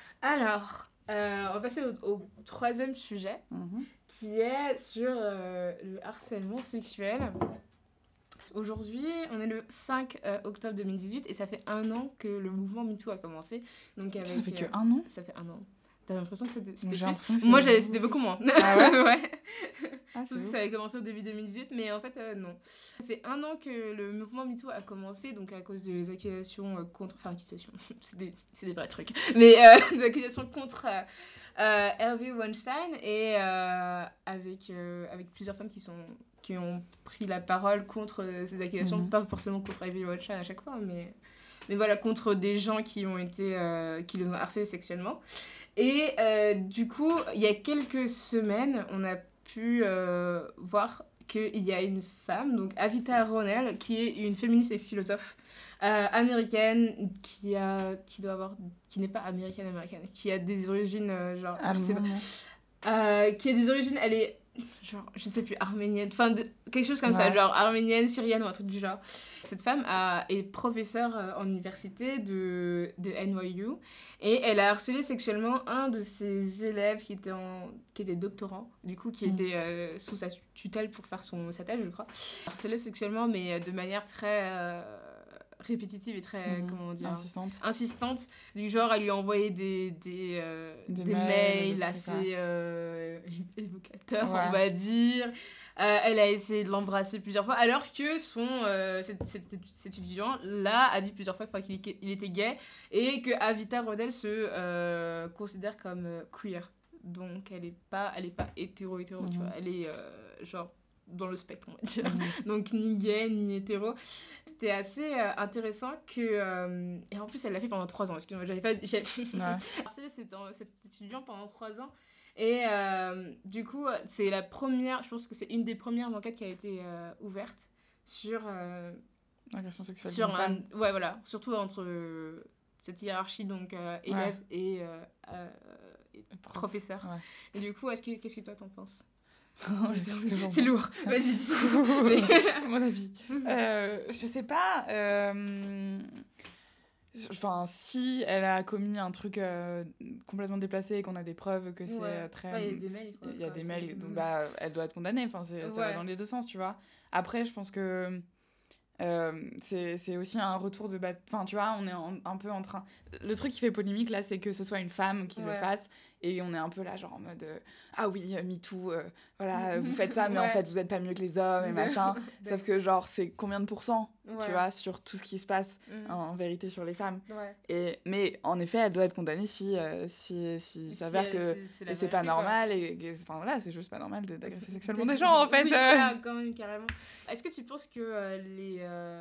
Alors, euh, on va passer au, au troisième sujet, mm-hmm. qui est sur euh, le harcèlement sexuel. Aujourd'hui, on est le cinq octobre deux mille dix-huit et ça fait un an que le mouvement MeToo a commencé. Donc avec, ça fait que euh, un an Ça fait un an. T'as l'impression que c'était, c'était J'ai plus que Moi, j'avais, c'était beaucoup moins. Ah ouais, ouais. Ah, Sauf que ça avait commencé au début deux mille dix-huit, mais en fait, euh, non. Ça fait un an que le mouvement MeToo a commencé, donc à cause des accusations euh, contre... Enfin, accusations, c'est, des, c'est des vrais trucs. Mais euh, des accusations contre euh, euh, Harvey Weinstein et euh, avec, euh, avec plusieurs femmes qui sont... qui ont pris la parole contre ces accusations, mm-hmm. pas forcément contre Harvey Weinstein à chaque fois, mais, mais voilà, contre des gens qui ont été, euh, qui les ont harcelés sexuellement. Et euh, du coup, il y a quelques semaines, on a pu euh, voir qu'il y a une femme, donc Avita Ronell, qui est une féministe et philosophe euh, américaine, qui, a, qui doit avoir, qui n'est pas américaine-américaine, qui a des origines, euh, genre, ah, je sais pas, euh, qui a des origines, elle est genre, je sais plus, arménienne, enfin, de, quelque chose comme ouais. ça, genre arménienne, syrienne ou un truc du genre. Cette femme a, est professeure euh, en université de, de N Y U et elle a harcelé sexuellement un de ses élèves qui était, en, qui était doctorant, du coup, qui mmh. était euh, sous sa tutelle pour faire son, sa thèse, je crois. Harcelé sexuellement, mais de manière très... Euh, répétitive et très, mmh, comment dire, insistante. insistante, du genre elle lui a envoyé des, des, euh, des, des mails, mails assez euh, évocateurs, ouais. on va dire. Euh, elle a essayé de l'embrasser plusieurs fois, alors que son, euh, cet, cet, cet étudiant-là a dit plusieurs fois qu'il il était gay, et que Avita Ronell se euh, considère comme euh, queer. Donc elle n'est pas, elle est pas hétéro-hétéro, mmh. tu vois, elle est euh, genre... dans le spectre, on va dire. Mmh. Donc, ni gay, ni hétéro. C'était assez euh, intéressant que... Euh... Et en plus, elle l'a fait pendant trois ans. Excuse-moi, j'avais pas... J'avais harcelé cet, cet étudiant pendant trois ans. Et euh, du coup, c'est la première... Je pense que c'est une des premières enquêtes qui a été euh, ouverte sur... Euh, L'agression sexuelle sur d'une un... femme. Ouais, voilà. Surtout entre euh, cette hiérarchie, donc euh, élève ouais. et, euh, euh, et professeur. Ouais. Et du coup, est-ce que, qu'est-ce que toi, t'en penses ? C'est lourd, vas-y, dis. Mon avis. Euh, je sais pas. Euh... Enfin, si elle a commis un truc euh, complètement déplacé et qu'on a des preuves que c'est ouais. très. Ouais, il y a des mails. Il y a des mails, donc bah, elle doit être condamnée. Enfin, c'est, ça ouais. va dans les deux sens, tu vois. Après, je pense que. Euh, c'est, c'est aussi un retour de... Enfin, tu vois, on est en, un peu en train... Le truc qui fait polémique, là, c'est que ce soit une femme qui ouais. le fasse, et on est un peu là, genre, en mode... Euh, ah oui, euh, MeToo, euh, voilà, vous faites ça, mais ouais. en fait, vous êtes pas mieux que les hommes, et machin. Sauf que, genre, c'est combien de pourcents, ouais. tu vois, sur tout ce qui se passe, mm. en, en vérité, sur les femmes. Ouais. Et, mais, en effet, elle doit être condamnée si, euh, si, si, si s'avère si, que... C'est, c'est et c'est pas normal, et, et... Enfin, voilà, c'est juste pas normal de, d'agresser sexuellement des gens, en fait. Oui, euh... voilà, quand même, carrément. Est-ce que tu penses que euh, les... Euh,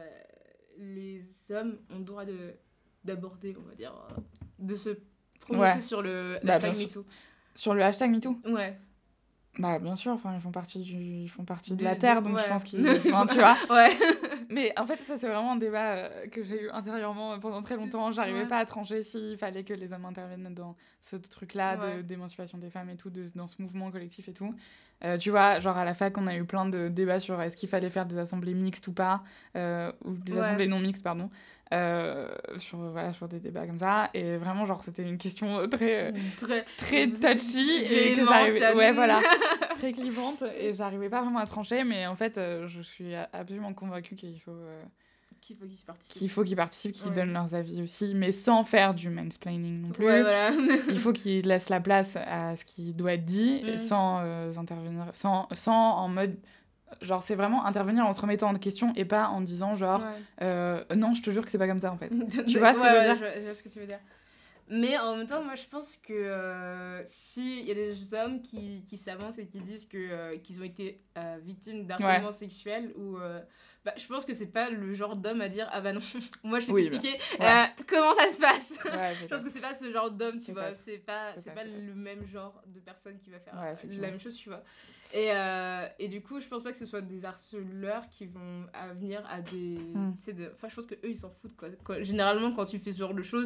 les hommes ont le droit de, d'aborder, on va dire, euh, de se prononcer ouais. sur le bah, hashtag MeToo. Sur le hashtag MeToo ? Ouais. Bah, bien sûr, enfin, ils font partie, du, ils font partie de, de la Terre, de, donc ouais. je pense qu'ils... Enfin, tu vois. Ouais. Mais en fait, ça, c'est vraiment un débat euh, que j'ai eu intérieurement pendant très longtemps. J'arrivais ouais. pas à trancher s'il fallait que les hommes interviennent dans ce truc-là ouais. de, d'émancipation des femmes et tout, de, dans ce mouvement collectif et tout. Euh, tu vois, genre à la fac, on a eu plein de débats sur est-ce qu'il fallait faire des assemblées mixtes ou pas, euh, ou des ouais. assemblées non mixtes, pardon, euh, sur, voilà, sur des débats comme ça. Et vraiment, genre, c'était une question très, très, très touchy et que j'arrivais... Ouais, voilà, très clivante. Et j'arrivais pas vraiment à trancher, mais en fait, euh, je suis absolument convaincue qu'il faut... Euh, Qu'il faut qu'ils participent. Qu'il faut qu'ils participent, qu'ils ouais. donnent leurs avis aussi, mais sans faire du mansplaining non plus. Ouais, voilà. Il faut qu'ils laissent la place à ce qui doit être dit, mm. sans euh, intervenir, sans, sans en mode... Genre, c'est vraiment intervenir en se remettant en question et pas en disant genre, ouais. euh, non, je te jure que c'est pas comme ça, en fait. Tu vois ce ouais, que je veux ouais, dire ? je, je vois ce que tu veux dire. Mais en même temps, moi, je pense que euh, s'il y a des hommes qui, qui s'avancent et qui disent que, euh, qu'ils ont été euh, victimes d'harcèlement ouais. sexuel, ou, euh, bah, je pense que c'est pas le genre d'homme à dire « Ah bah non, moi je vais oui, t'expliquer bah. euh, comment ça se passe ouais, !» Je pense que c'est pas ce genre d'homme, tu vois. C'est pas, c'est pas le même genre de personne qui va faire ouais, la même chose, tu vois. Et, euh, et du coup, je pense pas que ce soit des harceleurs qui vont à venir à des... Mm. De... Enfin, je pense qu'eux, ils s'en foutent, quoi. Quoi. Généralement, quand tu fais ce genre de choses,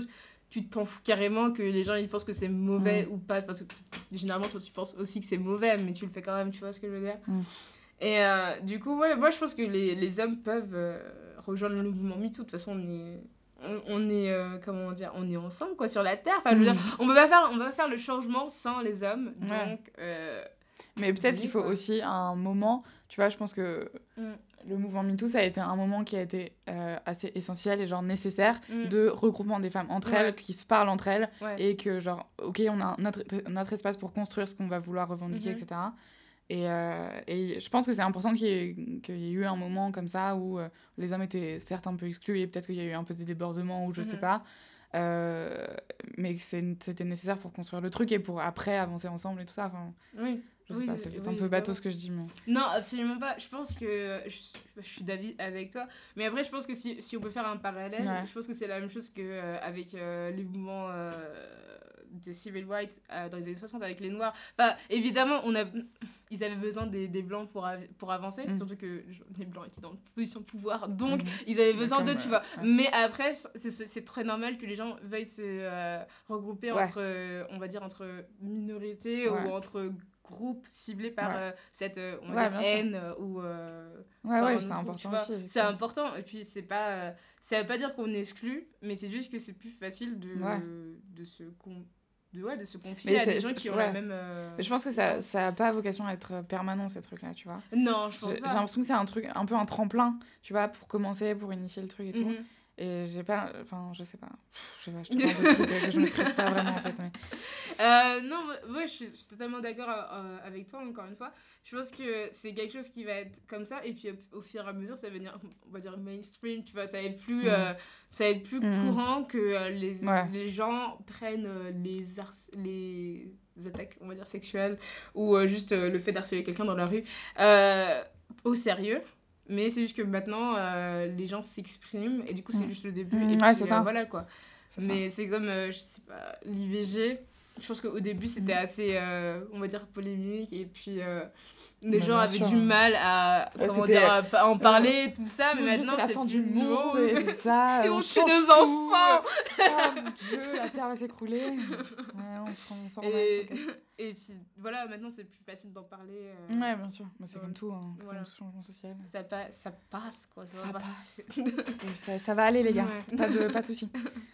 tu t'en fous carrément que les gens ils pensent que c'est mauvais mmh. ou pas, parce que généralement toi tu penses aussi que c'est mauvais mais tu le fais quand même, tu vois ce que je veux dire. mmh. Et euh, du coup ouais, moi je pense que les, les hommes peuvent euh, rejoindre le mouvement MeToo. De toute façon on est on, on est euh, comment dire, on est ensemble quoi sur la terre, enfin, je veux dire, on peut pas faire on peut pas faire le changement sans les hommes, donc ouais. euh, mais peut-être qu'il faut quoi. Aussi un moment, tu vois, je pense que mmh. le mouvement MeToo, ça a été un moment qui a été euh, assez essentiel et genre nécessaire mmh. de regroupement des femmes entre ouais. elles, qui se parlent entre elles ouais. et que genre, ok, on a notre, notre espace pour construire ce qu'on va vouloir revendiquer, mmh. et cetera. Et, euh, et je pense que c'est important qu'il y ait, qu'il y ait eu un moment comme ça où euh, les hommes étaient certes un peu exclus et peut-être qu'il y a eu un peu des débordements ou je mmh. sais pas. Euh, mais que c'est, c'était nécessaire pour construire le truc et pour après avancer ensemble et tout ça. Enfin, oui. Je sais oui, pas, c'est peut-être oui, un peu bateau ce que je dis, mais... Non, absolument pas. Je pense que... Je, je suis d'avis avec toi. Mais après, je pense que si, si on peut faire un parallèle, ouais. je pense que c'est la même chose qu'avec euh, les mouvements euh, de Civil Rights euh, dans les années soixante avec les Noirs. Enfin, évidemment, on a... ils avaient besoin des, des Blancs pour, av- pour avancer. Mm. Surtout que les Blancs étaient dans une position de pouvoir. Donc, mm. ils avaient besoin d'eux, tu vois. Ouais. Mais après, c'est, c'est très normal que les gens veuillent se euh, regrouper ouais. entre, euh, on va dire, entre minorités ouais. ou entre... groupe ciblé par ouais. euh, cette euh, on va ouais, dire haine euh, ou euh, ouais ouais c'est groupe, important aussi, c'est ça. important et puis c'est pas euh, ça veut pas dire qu'on exclut mais c'est juste que c'est plus facile de ouais. de se con... de ouais de se confier mais à des gens qui ont ouais. la même euh... mais je pense que ça ça a pas vocation à être permanent ces trucs là tu vois. Non je pense j'ai, pas j'ai l'impression que c'est un truc un peu un tremplin tu vois pour commencer pour initier le truc et tout mm-hmm. Et j'ai pas... Enfin, je sais pas. Je sais pas, je te parle de trucs que je maîtrise pas vraiment, en fait. Mais... Euh, non, ouais, je suis, je suis totalement d'accord euh, avec toi, encore une fois. Je pense que c'est quelque chose qui va être comme ça. Et puis, au fur et à mesure, ça va devenir, on va dire, mainstream, tu vois. Ça va être plus, mm. euh, ça va être plus mm. courant que euh, les, ouais. les gens prennent euh, les, ars- les attaques, on va dire, sexuelles ou euh, juste euh, le fait d'harceler quelqu'un dans la rue euh, au sérieux. Mais c'est juste que maintenant, euh, les gens s'expriment et du coup, c'est mmh. juste le début. Mmh, et ouais, puis, c'est euh, ça. voilà, quoi. C'est mais ça. C'est comme, euh, je sais pas, l'I V G. Je pense qu'au début, c'était mmh. assez, euh, on va dire, polémique. Et puis, euh, les mais gens avaient sûr. Du mal à, ouais, comment dire, à, à en parler, euh, tout ça. Mais maintenant, c'est la c'est fin du monde et tout ça. Et on, on tue nos enfants. Oh mon Dieu, la terre va s'écrouler. Ouais, on, se, on s'en remet. Et puis, voilà, maintenant, c'est plus facile d'en parler. Euh, ouais, bien sûr. Mais c'est ouais. comme tout, hein, voilà. Comme tout changement social. Ça, pa- ça passe, quoi. Ça, ça passe. Et ça, ça va aller, les gars. Ouais. Pas de, pas de soucis.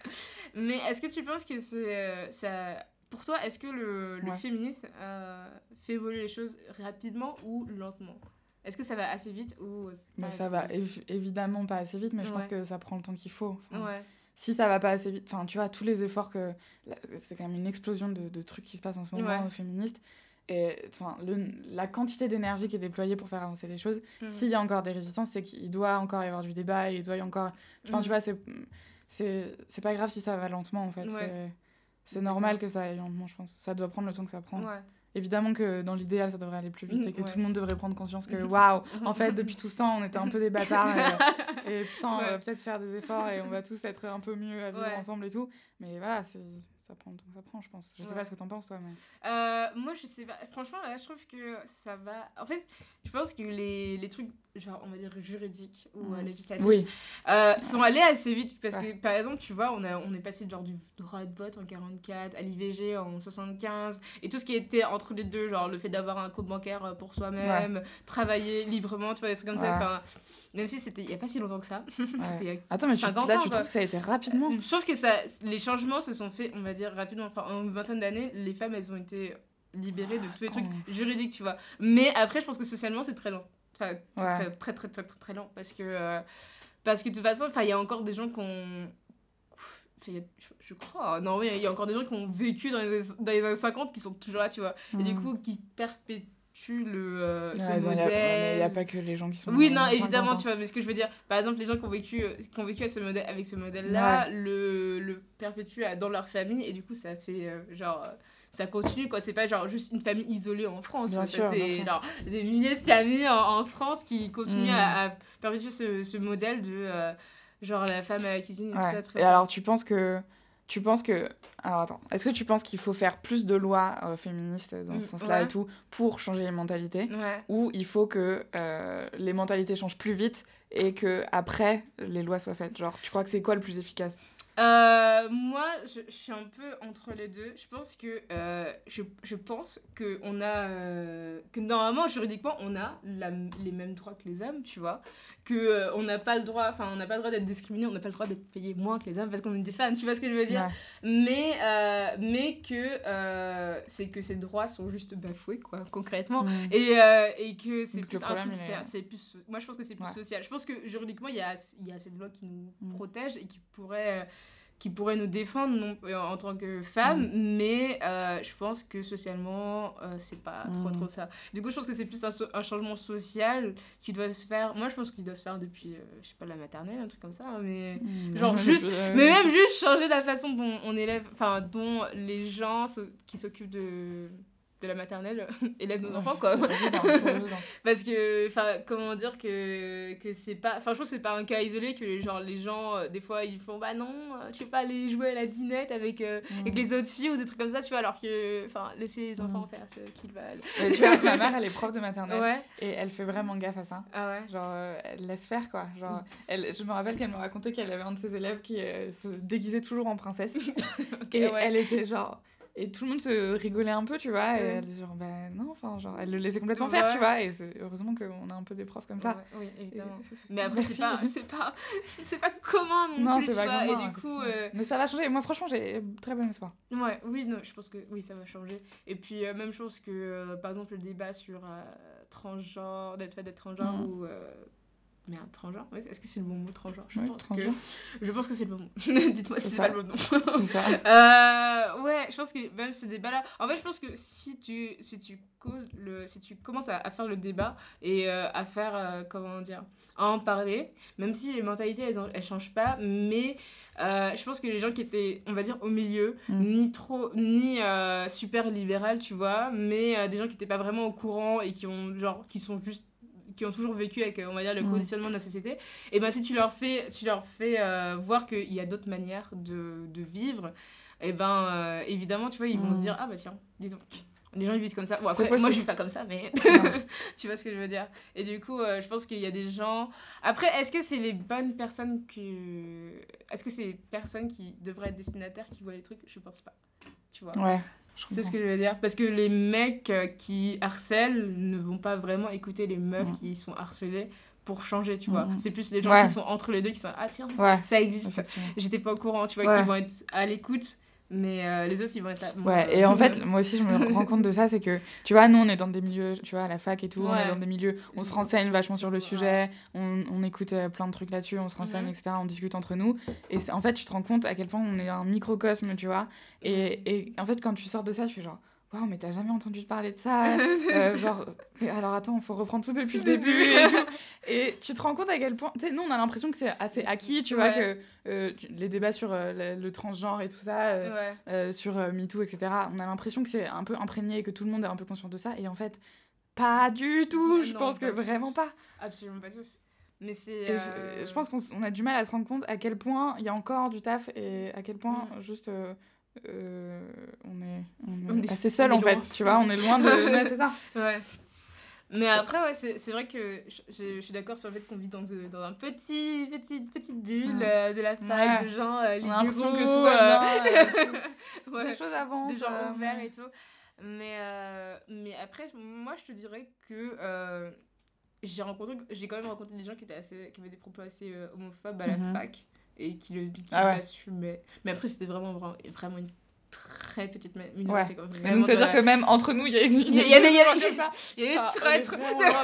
Mais est-ce que tu penses que c'est... Euh, ça... Pour toi, est-ce que le, le ouais. féminisme euh, fait évoluer les choses rapidement ou lentement ? Est-ce que ça va assez vite ou... Bah, ça va év- évidemment pas assez vite, mais je ouais. pense que ça prend le temps qu'il faut. Enfin, ouais. Si ça va pas assez vite, enfin tu vois, tous les efforts que... Là, c'est quand même une explosion de, de trucs qui se passent en ce moment ouais. aux féministes. Et enfin, le, la quantité d'énergie qui est déployée pour faire avancer les choses, mmh. s'il y a encore des résistances, c'est qu'il doit encore y avoir du débat, et il doit y encore... Enfin, mmh. tu vois, c'est, c'est, c'est pas grave si ça va lentement, en fait. Ouais. C'est, c'est normal que ça aille lentement, je pense. Ça doit prendre le temps que ça prend. Ouais. Évidemment que dans l'idéal, ça devrait aller plus vite et que ouais. tout le monde devrait prendre conscience que, waouh, en fait, depuis tout ce temps, on était un peu des bâtards et, et putain, ouais. on va peut-être faire des efforts et on va tous être un peu mieux à vivre ouais. ensemble et tout. Mais voilà, c'est... ça prend le temps que ça prend, je pense. Je sais ouais. pas ce que t'en penses, toi, mais... Euh, moi, je sais pas. Franchement, là, je trouve que ça va... En fait, je pense que les, les trucs, genre, on va dire, juridiques ou mmh. législatifs, oui. euh, sont allés assez vite. Parce ouais. que, par exemple, tu vois, on, a, on est passé genre du droit de vote en quarante-quatre à l'I V G en soixante-quinze. Et tout ce qui était entre les deux, genre le fait d'avoir un compte bancaire pour soi-même, ouais. travailler librement, tu vois, des trucs comme ouais. ça. Enfin, même si c'était il n'y a pas si longtemps que ça. Ouais. C'était il y a Attends, mais tu, là, ans, tu trouves que ça a été rapidement ? Je trouve que ça, les changements se sont faits, on va dire, rapidement. Enfin, en une vingtaine d'années, les femmes, elles ont été libérées de tous les trucs juridiques, tu vois. Mais après, je pense que socialement, c'est très lent. Enfin, ouais. très, très, très, très, très, très lent. Parce que, euh, parce que de toute façon, il y a encore des gens qui ont... Enfin, y a, je, je crois, non, oui, il y a encore des gens qui ont vécu dans les, dans les années cinquante qui sont toujours là, tu vois. Mmh. Et du coup, qui perpétuent le euh, ouais, ce modèle. Il n'y a pas que les gens qui sont oui non évidemment tu vois mais ce que je veux dire par exemple les gens qui ont vécu qui ont vécu à ce modèle avec ce modèle là ouais. le le perpétuent dans leur famille et du coup ça fait euh, genre ça continue quoi c'est pas genre juste une famille isolée en France bien sûr, c'est bien genre sûr. Des milliers de familles en, en France qui continuent mmh. à, à perpétuer ce ce modèle de euh, genre la femme à la cuisine et ouais. tout ça très et alors tu penses que Tu penses que... Alors attends, est-ce que tu penses qu'il faut faire plus de lois euh, féministes dans ce mmh, sens-là ouais. et tout pour changer les mentalités ouais. ou il faut que euh, les mentalités changent plus vite et qu'après les lois soient faites? Genre, tu crois que c'est quoi le plus efficace? Euh, moi, je, je suis un peu entre les deux. Je pense que euh, je, je pense que on a euh, que normalement juridiquement on a la, les mêmes droits que les hommes, tu vois. Que euh, on n'a pas le droit, enfin on n'a pas le droit d'être discriminé, on n'a pas le droit d'être payé moins que les hommes parce qu'on est des femmes. Tu vois ce que je veux dire? Ouais. Mais euh, mais que euh, c'est que ces droits sont juste bafoués quoi, concrètement. Mmh. Et euh, et que c'est Donc plus un truc, c'est, c'est plus. Moi je pense que c'est plus ouais. social. Je pense que juridiquement il y a il y a cette loi qui nous mmh. protège et qui pourrait euh, qui pourrait nous défendre non, en tant que femmes, mmh. mais euh, je pense que socialement, euh, c'est pas mmh. trop trop ça. Du coup, je pense que c'est plus un, so- un changement social qui doit se faire. Moi, je pense qu'il doit se faire depuis, euh, je sais pas, la maternelle, un truc comme ça, mais mmh. genre juste, euh... mais même juste changer la façon dont on élève, enfin, dont les gens so- qui s'occupent de de la maternelle élèvent nos ouais, enfants quoi parce que enfin comment dire que que c'est pas enfin je trouve que c'est pas un cas isolé que les genre les gens euh, des fois ils font bah non tu veux pas aller jouer à la dinette avec euh, mm. avec les autres filles ou des trucs comme ça tu vois alors que enfin laisser les enfants mm. faire ce qu'ils veulent. Mais tu vois ma mère elle est prof de maternelle ouais. et elle fait vraiment gaffe à ça. Ah ouais. Genre euh, elle laisse faire quoi genre mm. elle je me rappelle qu'elle me racontait qu'elle avait un de ses élèves qui euh, se déguisait toujours en princesse okay, et ouais. elle était genre et tout le monde se rigolait un peu, tu vois, et mmh. elle disait genre, bah non, enfin, genre, elle le laissait complètement ouais. faire, tu vois, et c'est heureusement qu'on a un peu des profs comme ça. Ouais, oui, évidemment. Et... Mais après, c'est pas, c'est, pas, c'est pas commun non, non plus, tu vois, commun, et du coup... Euh... Mais ça va changer, moi, franchement, j'ai très bon espoir. Ouais, oui, non, je pense que oui, ça va changer. Et puis, euh, même chose que, euh, par exemple, le débat sur euh, transgenre, d'être fait d'être transgenre, mmh. ou... Euh... Mais un transgenre, oui, est-ce que c'est le bon mot transgenre? Je, oui, pense transgenre. Que... je pense que c'est le bon mot. Dites-moi c'est si ça. C'est pas le bon nom. C'est ça. euh, ouais, je pense que même ce débat-là... En fait, je pense que si tu, si tu, causes le, si tu commences à, à faire le débat et euh, à faire, euh, comment dire, à en parler, même si les mentalités, elles, elles changent pas, mais euh, je pense que les gens qui étaient, on va dire, au milieu, mm. ni trop, ni euh, super libéral, tu vois, mais euh, des gens qui étaient pas vraiment au courant et qui ont, genre, qui sont juste qui ont toujours vécu avec, on va dire, le mmh. conditionnement de la société, et ben si tu leur fais, tu leur fais euh, voir qu'il y a d'autres manières de, de vivre, et ben euh, évidemment, tu vois, ils mmh. vont se dire, ah bah tiens, dis donc, les gens ils vivent comme ça. Bon après, moi je vis pas comme ça, mais tu vois ce que je veux dire. Et du coup, euh, je pense qu'il y a des gens... Après, est-ce que c'est les bonnes personnes que... Est-ce que c'est les personnes qui devraient être destinataires qui voient les trucs? Je pense pas, tu vois. Ouais. C'est ce que je veux dire. Parce que les mecs qui harcèlent ne vont pas vraiment écouter les meufs mmh. qui sont harcelées pour changer, tu vois. Mmh. C'est plus les gens ouais. qui sont entre les deux qui sont « Ah tiens, ouais. ça existe. J'étais pas au courant », tu vois, ouais. qui vont être à l'écoute. Mais euh, les autres, ils vont être là. Ouais, et en fait, moi aussi, je me rends compte de ça, c'est que, tu vois, nous, on est dans des milieux, tu vois, à la fac et tout, ouais. on est dans des milieux, on se renseigne vachement sur le sujet, ouais. on, on écoute euh, plein de trucs là-dessus, on se renseigne, mm-hmm. et cetera, on discute entre nous. Et en fait, tu te rends compte à quel point on est un microcosme, tu vois. Et, et en fait, quand tu sors de ça, tu fais genre... Waouh, mais t'as jamais entendu parler de ça euh, genre, mais alors attends, il faut reprendre tout depuis le début et tout. Et tu te rends compte à quel point... Tu sais, nous, on a l'impression que c'est assez acquis, tu ouais. vois, que euh, les débats sur euh, le, le transgenre et tout ça, euh, ouais. euh, sur euh, MeToo, et cetera, on a l'impression que c'est un peu imprégné et que tout le monde est un peu conscient de ça. Et en fait, pas du tout, je non, pense que vraiment pas. Absolument pas tous. Mais c'est... Euh... Je, je pense qu'on on a du mal à se rendre compte à quel point il y a encore du taf et à quel point mm. juste... Euh, Euh, on est, on est, on est assez seul en fait, tu vois, on est loin de... ouais, c'est ça. Ouais. Mais après, ouais, c'est, c'est vrai que je, je suis d'accord sur le fait qu'on vit dans, de, dans un petit, petit, petite bulle mmh. euh, de la fac, ouais. de gens euh, libéraux, que tout va bien. Euh, tout, ouais, des choses avancent. Des gens euh, ouverts et tout. Mais, euh, mais après, moi, je te dirais que euh, j'ai, rencontré, j'ai quand même rencontré des gens qui, étaient assez, qui avaient des propos assez euh, homophobes à la mmh. fac. Et qui le qui ah ouais. l'assumaient. Mais après, c'était vraiment, vraiment, vraiment une très petite minorité. Ouais. Quoi. Et donc, ça veut dire que même entre nous, il y a il y a des gens comme ça. Il y a des traîtres.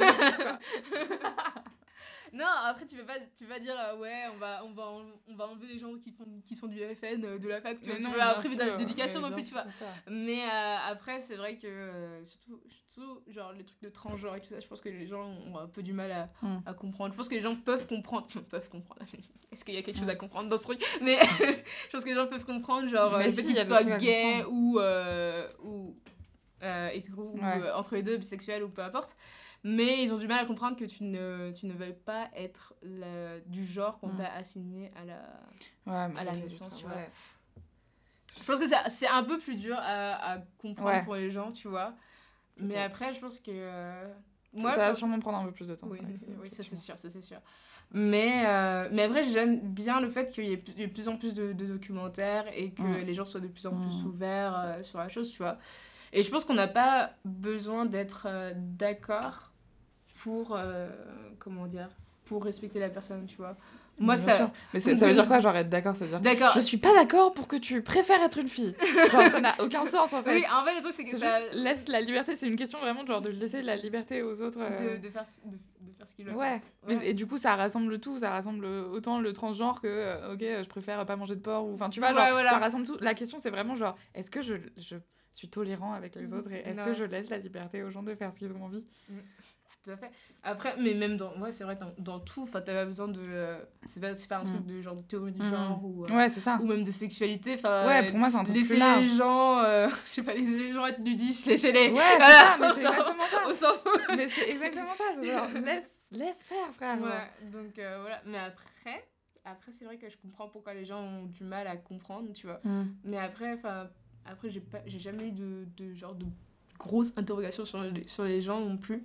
Non, après, tu vas pas, tu vas dire, euh, ouais, on va, on, va, on va enlever les gens qui, font, qui sont du F N, euh, de la fac, tu vois, non, tu vas priver d'éducation non plus, tu vois. Mais euh, après, c'est vrai que, euh, surtout, surtout, genre, les trucs de transgenre et tout ça, je pense que les gens ont un peu du mal à, mm. à comprendre. Je pense que les gens peuvent comprendre, enfin, peuvent comprendre, est-ce qu'il y a quelque chose à comprendre dans ce truc? Mais je pense que les gens peuvent comprendre, genre, le fait qu'ils soient gays ou, euh, ou euh, hétéro, ouais. ou euh, entre les deux, bisexuels ou peu importe. Mais ils ont du mal à comprendre que tu ne, tu ne veuilles pas être la, du genre qu'on mmh. t'a assigné à la, ouais, à la naissance, tu vois. Ouais. Je pense que c'est, c'est un peu plus dur à, à comprendre ouais. pour les gens, tu vois. Mais ouais. après, je pense que... Euh, Moi, ça, ça va sûrement prendre un peu plus de temps. Oui, oui ça c'est sûr, ça c'est sûr. Mais, euh, mais après, j'aime bien le fait qu'il y ait de plus en plus de, de documentaires et que mmh. les gens soient de plus en plus mmh. ouverts euh, sur la chose, tu vois. Et je pense qu'on n'a pas besoin d'être euh, d'accord pour, euh, comment dire, pour respecter la personne, tu vois. Moi, bien ça... Sûr. Mais ça veut dire quoi, genre être d'accord, ça veut dire... D'accord. Je suis pas d'accord pour que tu préfères être une fille. Genre, ça n'a aucun sens, en fait. Oui, en fait, le truc, c'est que c'est ça... Juste, laisse la liberté, c'est une question vraiment, genre, de laisser la liberté aux autres... Euh... De, de, faire, de, de faire ce qu'ils veulent. Ouais. ouais. Mais, et du coup, ça rassemble tout, ça rassemble autant le transgenre que, euh, ok, je préfère pas manger de porc, ou... Enfin, tu vois, genre, ouais, voilà. Ça rassemble tout. La question, c'est vraiment, genre, est-ce que je, je suis tolérant avec les autres, et est-ce non. que je laisse la liberté aux gens de faire ce qu'ils ont envie? mm. Tout à fait. Après, mais même dans... Ouais, c'est vrai, dans, dans tout, enfin, t'as pas besoin de... Euh, c'est, pas, c'est pas un mm. truc de genre de théorie du mmh. genre ou... Euh, ouais, c'est ça. Ou même de sexualité, enfin... Ouais, pour moi, c'est un truc laisser plus large. les gens... Euh, je sais pas, laisser les gens être nudistes, laissez-les. Ouais, c'est voilà, ça, mais c'est exactement ça. On s'en fout. Mais c'est exactement ça, c'est genre, laisse, laisse faire, frère. Ouais, ouais. donc euh, voilà. Mais après, après, c'est vrai que je comprends pourquoi les gens ont du mal à comprendre, tu vois. Mm. Mais après, enfin... Après, j'ai, pas, j'ai jamais eu de, de genre de grosses interrogations sur les, sur les gens non plus.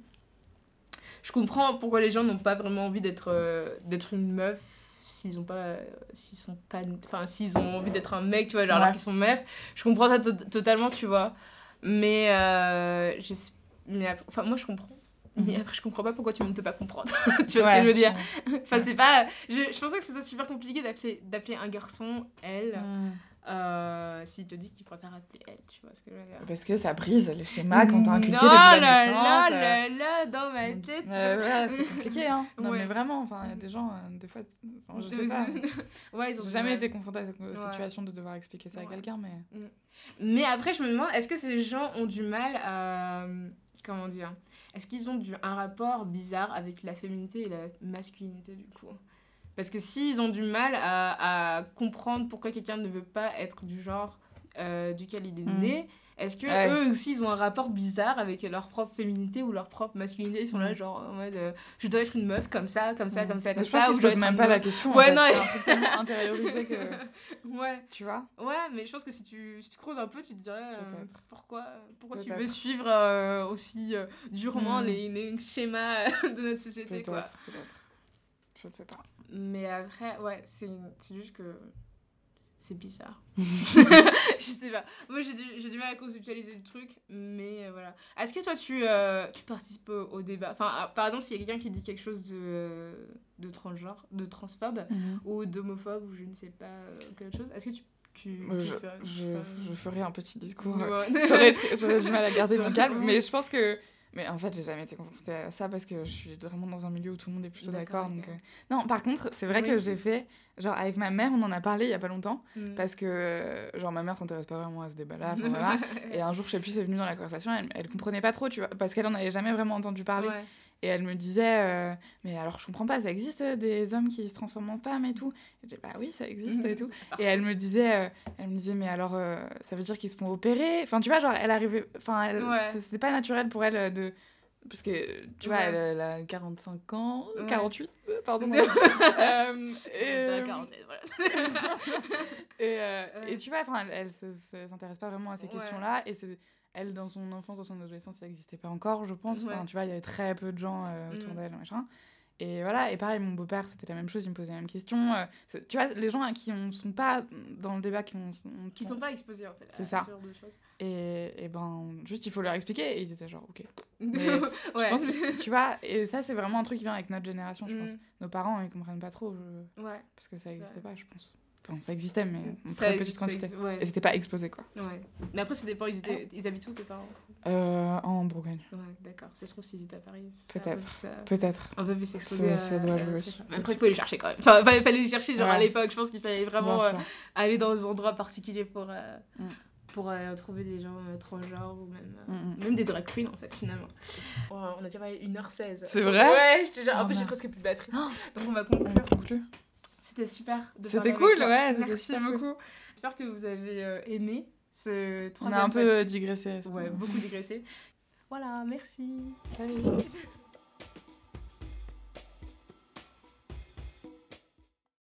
Je comprends pourquoi les gens n'ont pas vraiment envie d'être, euh, d'être une meuf s'ils ont pas, euh, s'ils sont pas, enfin s'ils ont envie d'être un mec, tu vois, genre ouais. alors qu'ils sont meufs. Je comprends ça to- totalement, tu vois. Mais, euh, mais après, enfin moi je comprends. Mm-hmm. Mais après je comprends pas pourquoi tu ne peux pas comprendre. Tu vois ouais, ce que je veux dire. Ouais. Enfin c'est pas, je, je pensais que ce soit super compliqué d'appeler, d'appeler un garçon elle. Mm. Euh, s'il te dit qu'il préfère appeler elle, tu vois ce que je veux dire. Parce que ça brise les schémas quand t'as inculqué non, depuis la là, naissance. là, là, là, dans ma tête. Euh, ouais, c'est compliqué, hein. Non, ouais. mais vraiment, enfin, il y a des gens, euh, des fois, enfin, je sais pas. ouais, ils ont J'ai jamais été confrontée à cette ouais. situation de devoir expliquer ça ouais. à quelqu'un, mais... Mais après, je me demande, est-ce que ces gens ont du mal à... Comment dire ? Est-ce qu'ils ont du, un rapport bizarre avec la féminité et la masculinité, du coup ? Parce que s'ils ont du mal à, à comprendre pourquoi quelqu'un ne veut pas être du genre euh, duquel il est mmh. né, est-ce que ouais. eux aussi ils ont un rapport bizarre avec leur propre féminité ou leur propre masculinité ? Ils sont mmh. là genre en mode euh, je dois être une meuf comme ça, comme ça, mmh. comme ça, comme je ça. Je pense qu'ils se posent même pas meuf. la question. Ouais, en non. Fait. C'est un truc tellement intériorisé que. Ouais. Tu vois ? Ouais, mais je pense que si tu, si tu creuses un peu, tu te dirais euh, pourquoi, pourquoi tu veux suivre euh, aussi euh, durement mmh. les, les schémas de notre société, peut-être, quoi. Peut-être. Je ne sais pas. Mais après, ouais, c'est, c'est juste que c'est bizarre. Je sais pas. Moi, j'ai du, j'ai du mal à conceptualiser le truc, mais euh, voilà. Est-ce que toi, tu, euh, tu participes au, au débat ? Enfin, à, par exemple, s'il y a quelqu'un qui dit quelque chose de, de transgenre, de transphobe, mm-hmm. ou d'homophobe, ou je ne sais pas, euh, quelque chose, est-ce que tu... Tu, euh, tu je, fais, je, fais... je ferai un petit discours. Ouais. j'aurais, j'aurais du mal à garder mon calme, mais je pense que... Mais en fait, j'ai jamais été confrontée à ça parce que je suis vraiment dans un milieu où tout le monde est plutôt d'accord. d'accord okay. donc, euh... Non, par contre, c'est vrai oui. que j'ai fait... Genre, avec ma mère, on en a parlé il y a pas longtemps mm. parce que, genre, ma mère s'intéresse pas vraiment à ce débat-là. Voilà. Et un jour, je sais plus, c'est venu dans la conversation, elle, elle comprenait pas trop, tu vois, parce qu'elle en avait jamais vraiment entendu parler. Ouais. Et elle me disait, euh, mais alors je comprends pas, ça existe des hommes qui se transforment en femmes et tout. Et je dis, bah oui, ça existe et tout. Et elle me disait, euh, elle me disait, mais alors euh, ça veut dire qu'ils se font opérer. Enfin, tu vois, genre, elle arrivait, enfin, ouais. c'était pas naturel pour elle de. Parce que, tu vois, ouais. elle, elle a quarante-cinq ans, ouais. quarante-huit, pardon. euh, et, la quarantaine, voilà. et, euh, ouais. et tu vois, elle, elle se, se, s'intéresse pas vraiment à ces ouais. questions-là. Et c'est. Elle, dans son enfance, dans son adolescence, ça n'existait pas encore, je pense. Ouais. Enfin, tu vois, il y avait très peu de gens euh, autour mm. d'elle, machin. Et voilà, et pareil, mon beau-père, c'était la même chose, il me posait la même question. Euh, tu vois, les gens hein, qui ne sont pas dans le débat, qui ont... ont qui sont pas exposés, en fait, c'est ça. Ce genre de choses. Et, et ben, juste, il faut leur expliquer, et ils étaient genre, ok. Mais ouais. je pense que, tu vois, et ça, c'est vraiment un truc qui vient avec notre génération, je mm. pense. Nos parents, ils comprennent pas trop, je... ouais. parce que ça n'existait pas, je pense. Enfin, ça existait, mais en ça très petite quantité. Ex- ouais. Et c'était pas exposé, quoi. Ouais. Mais après, ça dépend, ils, étaient, ils habitent où, tes parents ? euh, En Bourgogne. Ouais, d'accord. Ça se trouve, s'ils étaient à Paris. Peut-être. Un ça... Peut-être. Un peu plus exposé. Ça, ça doit à... jouer aussi. Après, il faut les chercher quand même. Enfin, il fallait les chercher, genre ouais. à l'époque. Je pense qu'il fallait vraiment euh, aller dans des endroits particuliers pour, euh, mm. pour euh, trouver des gens euh, transgenres ou même, euh, mm-hmm. même des drag queens, en fait, finalement. Oh, on a déjà parlé une heure seize. C'est vrai ? Ouais, je te jure. En plus, j'ai presque plus de batterie. Oh. Donc, on va conclure. On conclut. C'était super de C'était cool, ouais. Merci beaucoup. Cool. J'espère que vous avez euh, aimé ce troisième. On a un peu digressé. Ouais, beaucoup digressé. Voilà, merci. Salut.